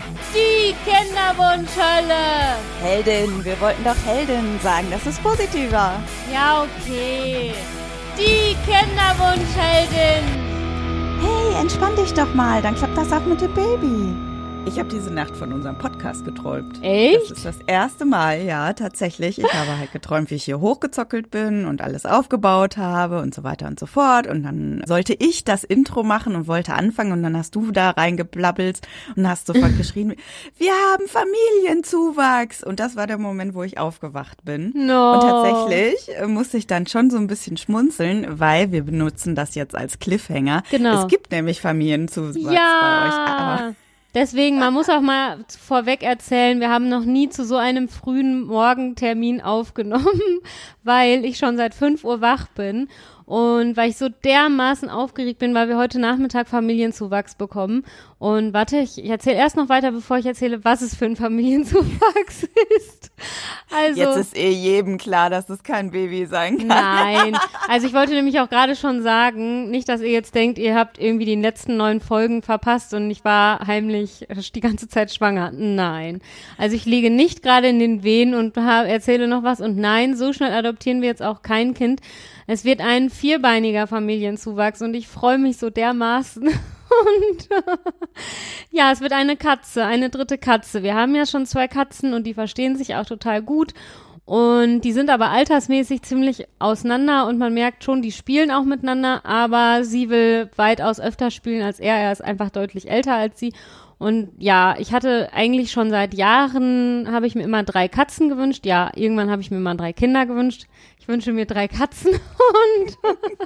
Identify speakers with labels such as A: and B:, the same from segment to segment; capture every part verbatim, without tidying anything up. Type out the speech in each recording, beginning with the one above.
A: Die Kinderwunschhölle.
B: Heldin, wir wollten doch Heldin sagen, das ist positiver.
A: Ja, okay. Die Kinderwunschheldin.
B: Hey, entspann dich doch mal, dann klappt das auch mit dem Baby.
C: Ich habe diese Nacht von unserem Podcast geträumt.
A: Echt?
C: Das ist das erste Mal, ja, tatsächlich. Ich habe halt geträumt, wie ich hier hochgezockelt bin und alles aufgebaut habe und so weiter und so fort. Und dann sollte ich das Intro machen und wollte anfangen und dann hast du da reingeblabbelt und hast sofort geschrien, wir haben Familienzuwachs. Und das war der Moment, wo ich aufgewacht bin.
A: No.
C: Und tatsächlich äh, musste ich dann schon so ein bisschen schmunzeln, weil wir benutzen das jetzt als Cliffhanger.
A: Genau.
C: Es gibt nämlich Familienzuwachs
A: Ja.
C: bei euch. Aber
A: Deswegen, man muss auch mal vorweg erzählen, wir haben noch nie zu so einem frühen Morgentermin aufgenommen, weil ich schon seit fünf Uhr wach bin und weil ich so dermaßen aufgeregt bin, weil wir heute Nachmittag Familienzuwachs bekommen. Und warte, ich, ich erzähle erst noch weiter, bevor ich erzähle, was es für ein Familienzuwachs ist. Also,
C: jetzt ist eh jedem klar, dass es kein Baby sein kann.
A: Nein, also ich wollte nämlich auch gerade schon sagen, nicht, dass ihr jetzt denkt, ihr habt irgendwie die letzten neun Folgen verpasst und ich war heimlich die ganze Zeit schwanger. Nein, also ich liege nicht gerade in den Wehen und erzähle noch was und nein, so schnell adoptieren wir jetzt auch kein Kind. Es wird ein vierbeiniger Familienzuwachs und ich freue mich so dermaßen. Und ja, es wird eine Katze, eine dritte Katze. Wir haben ja schon zwei Katzen und die verstehen sich auch total gut. Und die sind aber altersmäßig ziemlich auseinander und man merkt schon, die spielen auch miteinander, aber sie will weitaus öfter spielen als er. Er ist einfach deutlich älter als sie. Und ja, ich hatte eigentlich schon seit Jahren, habe ich mir immer drei Katzen gewünscht. Ja, irgendwann habe ich mir mal drei Kinder gewünscht. Ich wünsche mir drei Katzen und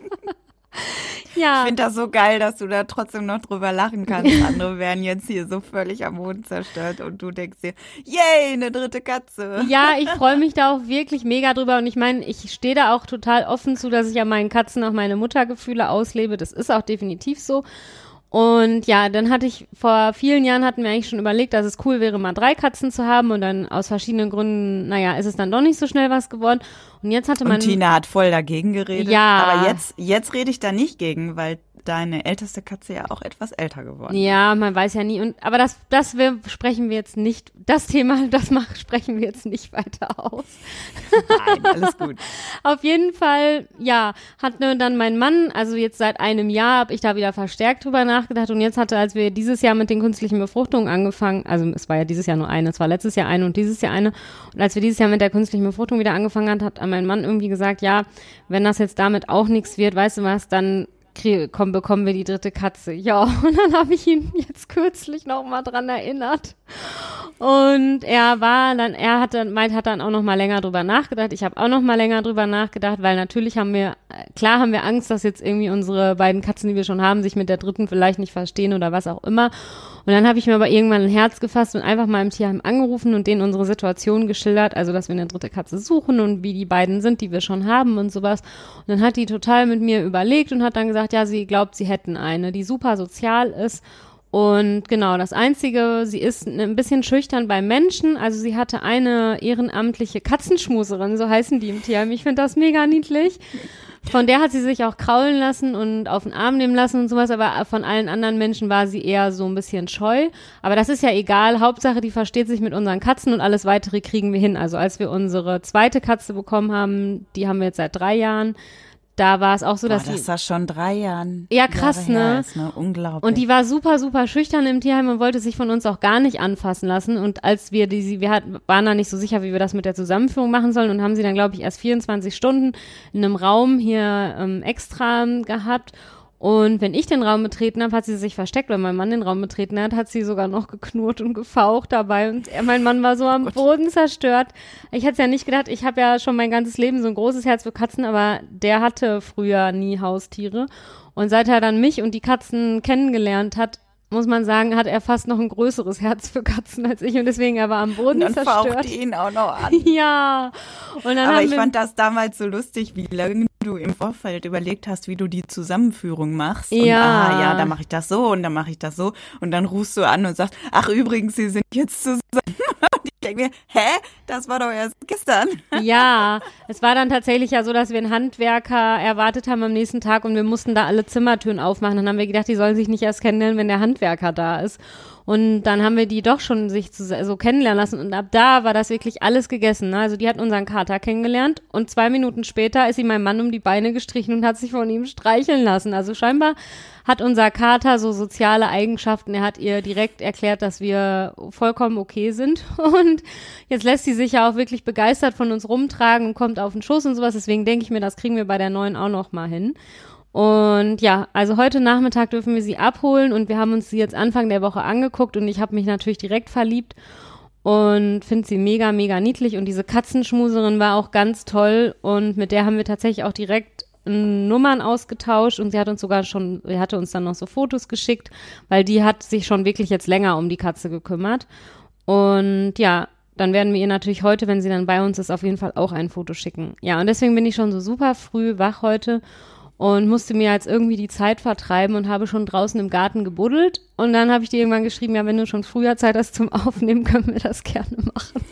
A: ja.
C: Ich finde das so geil, dass du da trotzdem noch drüber lachen kannst. Andere wären jetzt hier so völlig am Boden zerstört und du denkst dir, yay, eine dritte Katze.
A: Ja, ich freue mich da auch wirklich mega drüber und ich meine, ich stehe da auch total offen zu, dass ich an meinen Katzen auch meine Muttergefühle auslebe. Das ist auch definitiv so. Und ja, dann hatte ich, vor vielen Jahren hatten wir eigentlich schon überlegt, dass es cool wäre, mal drei Katzen zu haben und dann aus verschiedenen Gründen, naja, ist es dann doch nicht so schnell was geworden. Und jetzt hatte man...
C: Und Tina hat voll dagegen geredet.
A: Ja.
C: Aber jetzt, jetzt rede ich da nicht gegen, weil deine älteste Katze ja auch etwas älter geworden ist.
A: Ja, man weiß ja nie. Und aber das, das wir, sprechen wir jetzt nicht, das Thema, das mach, sprechen wir jetzt nicht weiter aus.
C: Nein, alles gut.
A: Auf jeden Fall, ja, hat ne, dann mein Mann, also jetzt seit einem Jahr habe ich da wieder verstärkt drüber nachgedacht und jetzt hatte, als wir dieses Jahr mit den künstlichen Befruchtungen angefangen, also es war ja dieses Jahr nur eine, es war letztes Jahr eine und dieses Jahr eine und als wir dieses Jahr mit der künstlichen Befruchtung wieder angefangen haben, hat mein Mann irgendwie gesagt, ja, wenn das jetzt damit auch nichts wird, weißt du was, dann Krieg, komm, bekommen wir die dritte Katze. Ja, und dann habe ich ihn jetzt kürzlich noch mal dran erinnert. Und er war dann, er hat dann, meint, hat dann auch noch mal länger drüber nachgedacht. Ich habe auch noch mal länger drüber nachgedacht, weil natürlich haben wir, klar haben wir Angst, dass jetzt irgendwie unsere beiden Katzen, die wir schon haben, sich mit der dritten vielleicht nicht verstehen oder was auch immer. Und dann habe ich mir aber irgendwann ein Herz gefasst und einfach mal im Tierheim angerufen und denen unsere Situation geschildert, also dass wir eine dritte Katze suchen und wie die beiden sind, die wir schon haben und sowas. Und dann hat die total mit mir überlegt und hat dann gesagt, ja, sie glaubt, sie hätten eine, die super sozial ist. Und genau, das Einzige, sie ist ein bisschen schüchtern bei Menschen, also sie hatte eine ehrenamtliche Katzenschmuserin, so heißen die im Tierheim. Ich finde das mega niedlich. Von der hat sie sich auch kraulen lassen und auf den Arm nehmen lassen und sowas, aber von allen anderen Menschen war sie eher so ein bisschen scheu. Aber das ist ja egal, Hauptsache, die versteht sich mit unseren Katzen und alles Weitere kriegen wir hin. Also als wir unsere zweite Katze bekommen haben, die haben wir jetzt seit drei Jahren, da war es auch so,
C: Boah,
A: dass
C: das
A: sie...
C: ist das schon drei Jahren.
A: Ja, krass,
C: Jahre her
A: ne?
C: ist, ne? Unglaublich.
A: Und die war super, super schüchtern im Tierheim und wollte sich von uns auch gar nicht anfassen lassen. Und als wir die, wir hat, waren da nicht so sicher, wie wir das mit der Zusammenführung machen sollen und haben sie dann, glaube ich, erst vierundzwanzig Stunden in einem Raum hier ähm, extra gehabt. Und wenn ich den Raum betreten habe, hat sie sich versteckt. Wenn mein Mann den Raum betreten hat, hat sie sogar noch geknurrt und gefaucht dabei. Und er, mein Mann war so am
C: Gott.
A: Boden zerstört. Ich hätte es ja nicht gedacht. Ich habe ja schon mein ganzes Leben so ein großes Herz für Katzen, aber der hatte früher nie Haustiere. Und seit er dann mich und die Katzen kennengelernt hat, muss man sagen, hat er fast noch ein größeres Herz für Katzen als ich und deswegen er war am Boden
C: und dann
A: zerstört.
C: faucht ihn auch noch an.
A: Ja. Und dann
C: Aber
A: haben
C: ich
A: wir,
C: fand das damals so lustig, wie lange du im Vorfeld überlegt hast, wie du die Zusammenführung machst. Und
A: Ja.
C: ah, ja, da mache ich das so und dann mache ich das so. Und dann rufst du an und sagst, ach übrigens, sie sind jetzt zusammen. Und ich denke mir, hä? Das war doch erst gestern.
A: Ja, es war dann tatsächlich ja so, dass wir einen Handwerker erwartet haben am nächsten Tag und wir mussten da alle Zimmertüren aufmachen. Dann haben wir gedacht, die sollen sich nicht erst kennenlernen, wenn der Handwerker da ist. Und dann haben wir die doch schon sich zu, so kennenlernen lassen und ab da war das wirklich alles gegessen. Ne? Also die hat unseren Kater kennengelernt und zwei Minuten später ist sie meinem Mann um die Beine gestrichen und hat sich von ihm streicheln lassen. Also scheinbar hat unser Kater so soziale Eigenschaften. Er hat ihr direkt erklärt, dass wir vollkommen okay sind und jetzt lässt sie sich ja auch wirklich begeistert von uns rumtragen und kommt auf den Schoß und sowas. Deswegen denke ich mir, das kriegen wir bei der neuen auch noch mal hin. Und ja, also heute Nachmittag dürfen wir sie abholen und wir haben uns sie jetzt Anfang der Woche angeguckt und ich habe mich natürlich direkt verliebt und finde sie mega, mega niedlich und diese Katzenschmuserin war auch ganz toll und mit der haben wir tatsächlich auch direkt Nummern ausgetauscht und sie hat uns sogar schon, sie hatte uns dann noch so Fotos geschickt, weil die hat sich schon wirklich jetzt länger um die Katze gekümmert und ja, dann werden wir ihr natürlich heute, wenn sie dann bei uns ist, auf jeden Fall auch ein Foto schicken. Ja, und deswegen bin ich schon so super früh wach heute und musste mir jetzt irgendwie die Zeit vertreiben und habe schon draußen im Garten gebuddelt. Und dann habe ich dir irgendwann geschrieben, ja, wenn du schon früher Zeit hast zum Aufnehmen, können wir das gerne machen.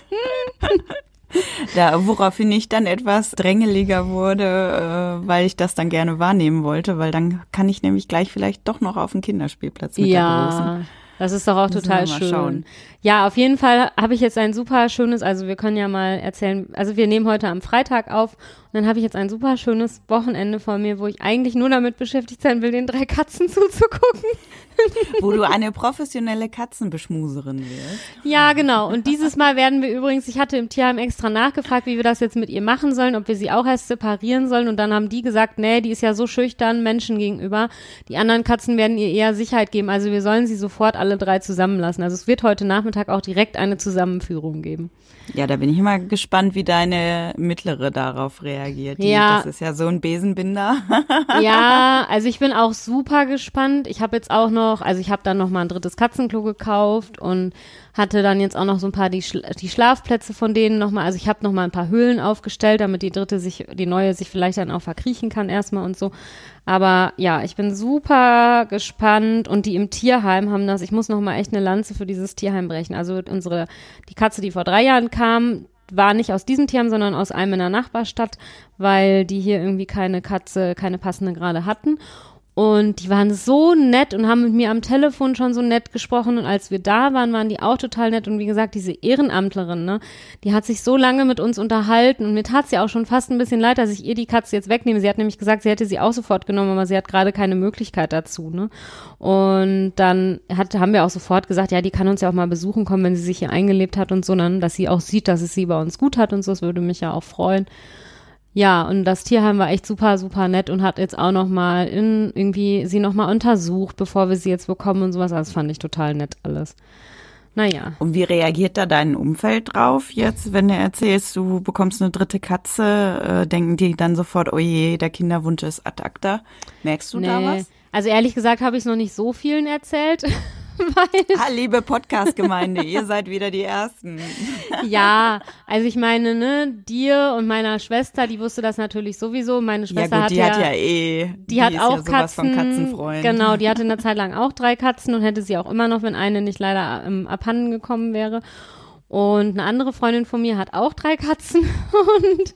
C: Ja, woraufhin ich dann etwas drängeliger wurde, äh, weil ich das dann gerne wahrnehmen wollte, weil dann kann ich nämlich gleich vielleicht doch noch auf den Kinderspielplatz mit
A: ja.
C: der Großen.
A: Das ist doch auch
C: Müssen
A: total
C: wir mal
A: schön.
C: schauen.
A: Ja, auf jeden Fall habe ich jetzt ein super schönes, also wir können ja mal erzählen, also wir nehmen heute am Freitag auf und dann habe ich jetzt ein super schönes Wochenende vor mir, wo ich eigentlich nur damit beschäftigt sein will, den drei Katzen zuzugucken.
C: Wo du eine professionelle Katzenbeschmuserin wirst.
A: Ja, genau. Und dieses Mal werden wir übrigens, ich hatte im Tierheim extra nachgefragt, wie wir das jetzt mit ihr machen sollen, ob wir sie auch erst separieren sollen. Und dann haben die gesagt, nee, die ist ja so schüchtern Menschen gegenüber. Die anderen Katzen werden ihr eher Sicherheit geben. Also wir sollen sie sofort alle drei zusammenlassen. Also es wird heute Nachmittag auch direkt eine Zusammenführung geben.
C: Ja, da bin ich immer gespannt, wie deine Mittlere darauf reagiert. Die,
A: Ja.
C: Das ist ja so ein Besenbinder.
A: Ja, also ich bin auch super gespannt. Ich habe jetzt auch noch, also ich habe dann noch mal ein drittes Katzenklo gekauft und hatte dann jetzt auch noch so ein paar die, Schla- die Schlafplätze von denen noch mal. Also ich habe noch mal ein paar Höhlen aufgestellt, damit die dritte sich, die neue sich vielleicht dann auch verkriechen kann erstmal und so. Aber ja, ich bin super gespannt und die im Tierheim haben das, ich muss noch mal echt eine Lanze für dieses Tierheim brechen. Also unsere, die Katze, die vor drei Jahren kam, war nicht aus diesem Tierheim, sondern aus einem in der Nachbarstadt, weil die hier irgendwie keine Katze, keine passende gerade hatten. Und die waren so nett und haben mit mir am Telefon schon so nett gesprochen. Und als wir da waren, waren die auch total nett. Und wie gesagt, diese Ehrenamtlerin, ne, die hat sich so lange mit uns unterhalten. Und mir tat es ja auch schon fast ein bisschen leid, dass ich ihr die Katze jetzt wegnehme. Sie hat nämlich gesagt, sie hätte sie auch sofort genommen, aber sie hat gerade keine Möglichkeit dazu, ne. Und dann hat, haben wir auch sofort gesagt, ja, die kann uns ja auch mal besuchen kommen, wenn sie sich hier eingelebt hat und so, dann, dass sie auch sieht, dass es sie bei uns gut hat und so. Das würde mich ja auch freuen. Ja, und das Tierheim war echt super, super nett und hat jetzt auch noch mal in irgendwie sie noch mal untersucht, bevor wir sie jetzt bekommen und sowas. Also das fand ich total nett alles. Naja.
C: Und wie reagiert da dein Umfeld drauf jetzt, wenn du erzählst, du bekommst eine dritte Katze? Äh, denken die dann sofort, oh je, der Kinderwunsch ist ad acta? Merkst du
A: Nee.
C: da was?
A: Also ehrlich gesagt habe ich es noch nicht so vielen erzählt. Weil,
C: Ah, liebe Podcast-Gemeinde, ihr seid wieder die Ersten.
A: ja, also ich meine, ne, dir und meiner Schwester, die wusste das natürlich sowieso. Meine
C: Ja
A: Schwester
C: gut,
A: hat
C: die
A: ja,
C: hat ja eh,
A: die,
C: die
A: hat
C: ist
A: auch
C: ja sowas
A: Katzen.
C: von Katzenfreund.
A: Genau, die hatte eine Zeit lang auch drei Katzen und hätte sie auch immer noch, wenn eine nicht leider ähm, abhanden gekommen wäre. Und eine andere Freundin von mir hat auch drei Katzen und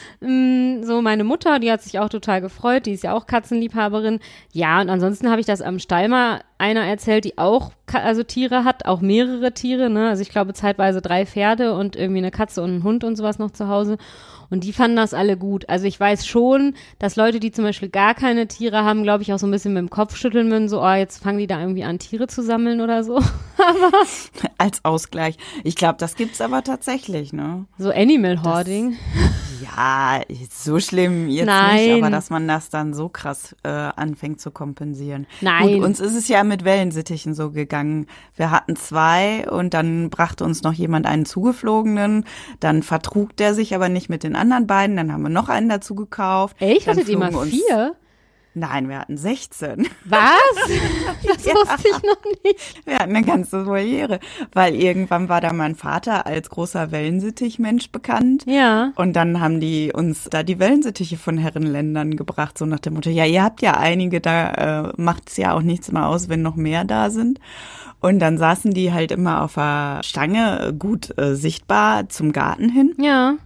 A: so meine Mutter, die hat sich auch total gefreut, die ist ja auch Katzenliebhaberin. Ja, und ansonsten habe ich das am Stall mal einer erzählt, die auch also Tiere hat, auch mehrere Tiere, ne? Also ich glaube zeitweise drei Pferde und irgendwie eine Katze und einen Hund und sowas noch zu Hause. Und die fanden das alle gut. Also ich weiß schon, dass Leute, die zum Beispiel gar keine Tiere haben, glaube ich, auch so ein bisschen mit dem Kopf schütteln würden, so, oh, jetzt fangen die da irgendwie an, Tiere zu sammeln oder so. Aber
C: als Ausgleich. Ich glaube, das gibt's aber tatsächlich, ne?
A: so Animal Hoarding.
C: Ja, so schlimm jetzt
A: Nein.
C: nicht, aber dass man das dann so krass äh, anfängt zu kompensieren.
A: Nein.
C: Gut, uns ist es ja mit Wellensittichen so gegangen. Wir hatten zwei und dann brachte uns noch jemand einen zugeflogenen. Dann vertrug der sich aber nicht mit den anderen beiden. Dann haben wir noch einen dazu gekauft.
A: Echt?
C: Dann
A: Hattet ihr mal
C: flogen uns-
A: vier?
C: Nein, wir hatten sechzehn.
A: Was? Das
C: Ja.
A: wusste ich noch nicht.
C: Wir hatten eine ganze Voliere, weil irgendwann war da mein Vater als großer Wellensittichmensch bekannt.
A: Ja.
C: Und dann haben die uns da die Wellensittiche von Herrenländern gebracht, so nach dem Motto, ja, ihr habt ja einige, da äh, macht's ja auch nichts mehr aus, wenn noch mehr da sind. Und dann saßen die halt immer auf der Stange, gut äh, sichtbar zum Garten hin.
A: Ja.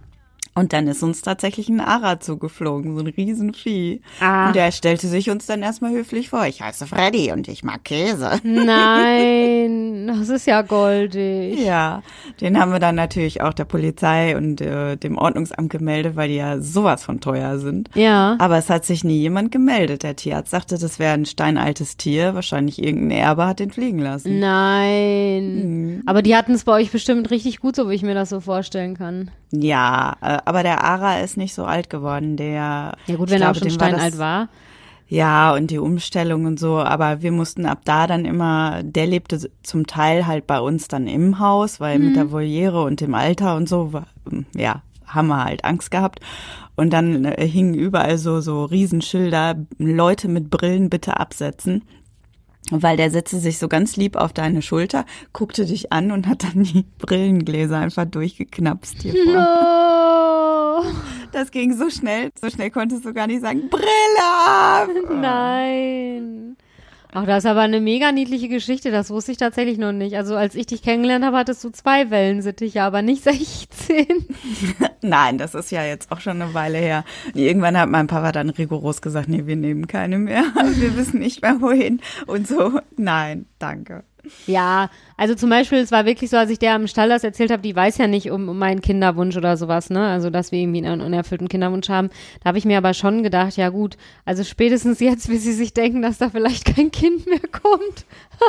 C: Und dann ist uns tatsächlich ein Ara zugeflogen, so ein Riesenvieh.
A: Ah.
C: Und der stellte sich uns dann erstmal höflich vor. Ich heiße Freddy und ich mag Käse.
A: Nein, das ist ja goldig.
C: Ja, den haben wir dann natürlich auch der Polizei und äh, dem Ordnungsamt gemeldet, weil die ja sowas von teuer sind.
A: Ja.
C: Aber es hat sich nie jemand gemeldet. Der Tierarzt sagte, das wäre ein steinaltes Tier. Wahrscheinlich irgendein Erbe hat den fliegen lassen.
A: Nein.
C: Mhm.
A: Aber die hatten es bei euch bestimmt richtig gut, so wie ich mir das so vorstellen kann.
C: Ja, äh, aber der Ara ist nicht so alt geworden. Der,
A: Ja gut,
C: ich
A: wenn er auch
C: glaube,
A: schon
C: dem war
A: steinalt
C: das-
A: war.
C: Ja, und die Umstellung und so, aber wir mussten ab da dann immer, der lebte zum Teil halt bei uns dann im Haus, weil mit der Voliere und dem Alter und so, war, ja, haben wir halt Angst gehabt. Und dann äh, hingen überall so, so Riesenschilder, Leute mit Brillen bitte absetzen. Weil der setzte sich so ganz lieb auf deine Schulter, guckte dich an und hat dann die Brillengläser einfach durchgeknapst hier vor.
A: No.
C: Das ging so schnell, so schnell konntest du gar nicht sagen, Brille ab!
A: Nein. Ach, das ist aber eine mega niedliche Geschichte, das wusste ich tatsächlich noch nicht. Also als ich dich kennengelernt habe, hattest du zwei Wellensittiche, aber nicht sechzehn.
C: Nein, das ist ja jetzt auch schon eine Weile her. Irgendwann hat mein Papa dann rigoros gesagt, nee, wir nehmen keine mehr. Wir wissen nicht mehr wohin. Und so, nein, danke.
A: Ja, also zum Beispiel, es war wirklich so, als ich der am Stall das erzählt habe, die weiß ja nicht um, um meinen Kinderwunsch oder sowas, ne? Also, dass wir irgendwie einen unerfüllten Kinderwunsch haben. Da habe ich mir aber schon gedacht, ja gut, also spätestens jetzt, wie sie sich denken, dass da vielleicht kein Kind mehr kommt.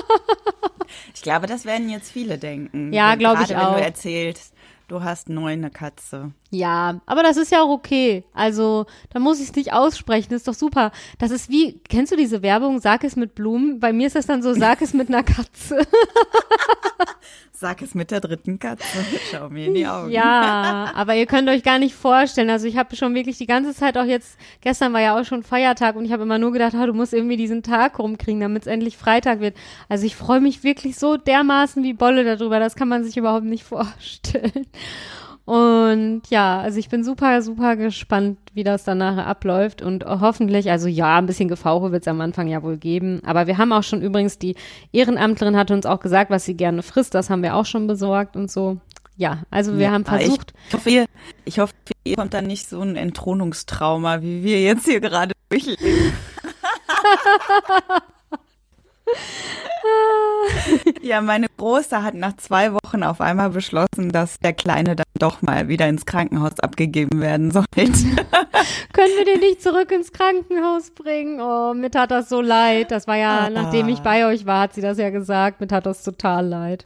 C: Ich glaube, das werden jetzt viele denken.
A: Ja,
C: Wenn-
A: glaube ich
C: gerade
A: auch.
C: Wenn du erzählst, du hast neu eine Katze.
A: Ja, aber das ist ja auch okay. Also, da muss ich es nicht aussprechen, ist doch super. Das ist wie, kennst du diese Werbung, sag es mit Blumen? Bei mir ist das dann so, sag es mit einer Katze.
C: Sag es mit der dritten Katze. Schau mir in die Augen.
A: Ja, aber ihr könnt euch gar nicht vorstellen. Also ich habe schon wirklich die ganze Zeit auch jetzt, gestern war ja auch schon Feiertag und ich habe immer nur gedacht, oh, du musst irgendwie diesen Tag rumkriegen, damit es endlich Freitag wird. Also ich freue mich wirklich so dermaßen wie Bolle darüber, das kann man sich überhaupt nicht vorstellen. Und ja, also ich bin super, super gespannt, wie das dann nachher abläuft und hoffentlich, also ja, ein bisschen Gefauche wird es am Anfang ja wohl geben, aber wir haben auch schon übrigens, die Ehrenamtlerin hatte uns auch gesagt, was sie gerne frisst, das haben wir auch schon besorgt und so. Ja, also wir
C: Ja,
A: haben versucht.
C: Ich hoffe, ihr, ich hoffe, ihr kommt dann nicht so ein Entthronungstrauma, wie wir jetzt hier gerade durchleben. Ja, meine Große hat nach zwei Wochen auf einmal beschlossen, dass der Kleine dann doch mal wieder ins Krankenhaus abgegeben werden sollte.
A: Können wir den nicht zurück ins Krankenhaus bringen? Oh, mir tat das so leid. Das war ja,
C: Ah.
A: nachdem ich bei euch war, hat sie das ja gesagt. Mir tat das total leid.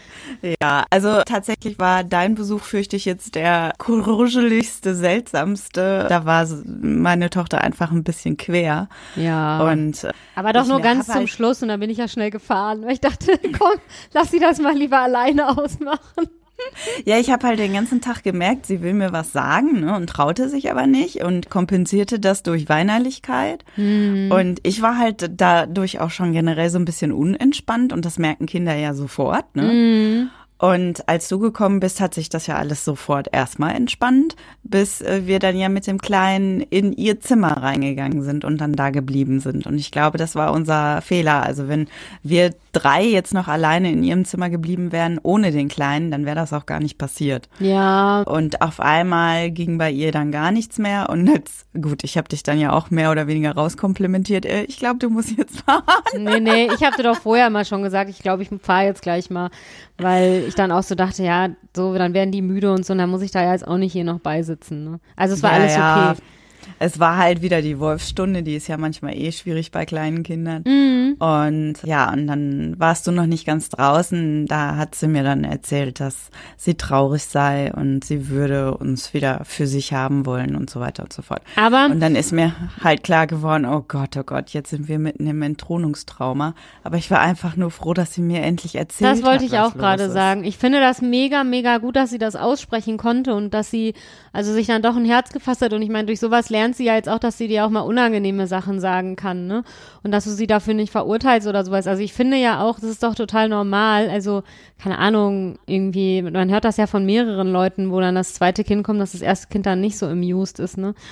C: Ja, also tatsächlich war dein Besuch, fürchte ich, jetzt der kuruscheligste, seltsamste. Da war meine Tochter einfach ein bisschen quer.
A: Ja.
C: Und äh,
A: Aber doch
C: ich
A: nur ganz
C: hab
A: zum
C: halt-
A: Schluss und dann bin ich ja schnell gefahren, weil ich dachte, komm, lass sie das mal lieber alleine ausmachen.
C: ja, ich habe halt den ganzen Tag gemerkt, sie will mir was sagen, ne, und traute sich aber nicht und kompensierte das durch Weinerlichkeit. Und ich war halt dadurch auch schon generell so ein bisschen unentspannt und das merken Kinder ja sofort, ne? Und als du gekommen bist, hat sich das ja alles sofort erstmal entspannt, bis äh, wir dann ja mit dem Kleinen in ihr Zimmer reingegangen sind und dann da geblieben sind. Und ich glaube, das war unser Fehler. Also wenn wir drei jetzt noch alleine in ihrem Zimmer geblieben wären, ohne den Kleinen, dann wäre das auch gar nicht passiert.
A: Ja.
C: Und auf einmal ging bei ihr dann gar nichts mehr. Und jetzt, gut, ich habe dich dann ja auch mehr oder weniger rauskomplimentiert. Äh, Ich glaube, du musst jetzt fahren.
A: Nee, nee, ich habe dir doch vorher mal schon gesagt, ich glaube, ich fahre jetzt gleich mal, weil ich dann auch so dachte, ja, so, dann werden die müde und so, und dann muss ich da ja jetzt auch nicht hier noch beisitzen. Ne? Also es war
C: Ja,
A: alles
C: ja.
A: okay.
C: Es war halt wieder die Wolfsstunde, die ist ja manchmal eh schwierig bei kleinen Kindern.
A: Mhm.
C: Und ja, und dann warst du noch nicht ganz draußen. Da hat sie mir dann erzählt, dass sie traurig sei und sie würde uns wieder für sich haben wollen und so weiter und so fort.
A: Aber
C: Und dann ist mir halt klar geworden, oh Gott, oh Gott, jetzt sind wir mitten im Entthronungstrauma. Aber ich war einfach nur froh, dass sie mir endlich erzählt hat,
A: das wollte ich
C: was
A: auch
C: los
A: gerade
C: ist.
A: sagen. Ich finde das mega, mega gut, dass sie das aussprechen konnte und dass sie also sich dann doch ein Herz gefasst hat. Und ich meine, durch sowas lernt sie ja jetzt auch, dass sie dir auch mal unangenehme Sachen sagen kann, ne? Und dass du sie dafür nicht verurteilst oder sowas. Also ich finde ja auch, das ist doch total normal. Also, keine Ahnung, irgendwie, man hört das ja von mehreren Leuten, wo dann das zweite Kind kommt, dass das erste Kind dann nicht so amused ist, ne?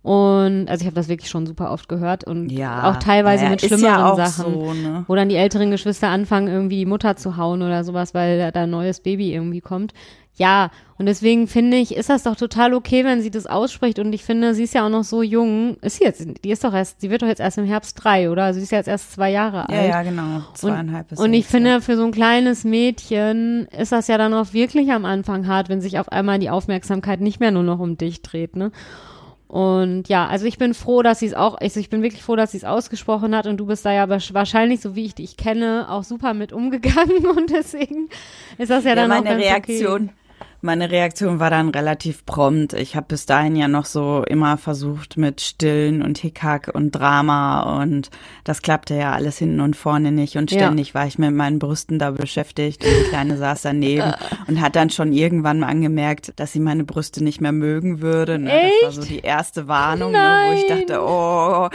A: Und also ich habe das wirklich schon super oft gehört und
C: Ja,
A: auch teilweise
C: ja,
A: mit
C: ist ja
A: schlimmeren
C: auch
A: Sachen,
C: so, ne?
A: wo dann die älteren Geschwister anfangen, irgendwie die Mutter zu hauen oder sowas, weil da ein neues Baby irgendwie kommt. Ja, und deswegen finde ich, ist das doch total okay, wenn sie das ausspricht und ich finde, sie ist ja auch noch so jung. Ist sie jetzt, die ist doch erst, sie wird doch jetzt erst im Herbst drei, oder? Also sie ist ja jetzt erst zwei Jahre
C: Ja,
A: alt.
C: ja, genau. Zweieinhalb ist
A: Und ich
C: jetzt,
A: finde,
C: ja.
A: für so ein kleines Mädchen ist das ja dann auch wirklich am Anfang hart, wenn sich auf einmal die Aufmerksamkeit nicht mehr nur noch um dich dreht, ne? Und ja, also ich bin froh, dass sie es auch, also ich bin wirklich froh, dass sie es ausgesprochen hat und du bist da ja wahrscheinlich, so wie ich dich kenne, auch super mit umgegangen und deswegen ist das ja,
C: Ja,
A: dann auch
C: meine
A: ganz
C: Reaktion,
A: okay.
C: meine Reaktion war dann relativ prompt. Ich habe bis dahin ja noch so immer versucht mit Stillen und Hickhack und Drama und das klappte ja alles hinten und vorne nicht und ständig ja. war ich mit meinen Brüsten da beschäftigt und die Kleine saß daneben und hat dann schon irgendwann mal angemerkt, dass sie meine Brüste nicht mehr mögen würde. Ne?
A: Echt?
C: Das war so die erste Warnung, ne, wo ich dachte, oh,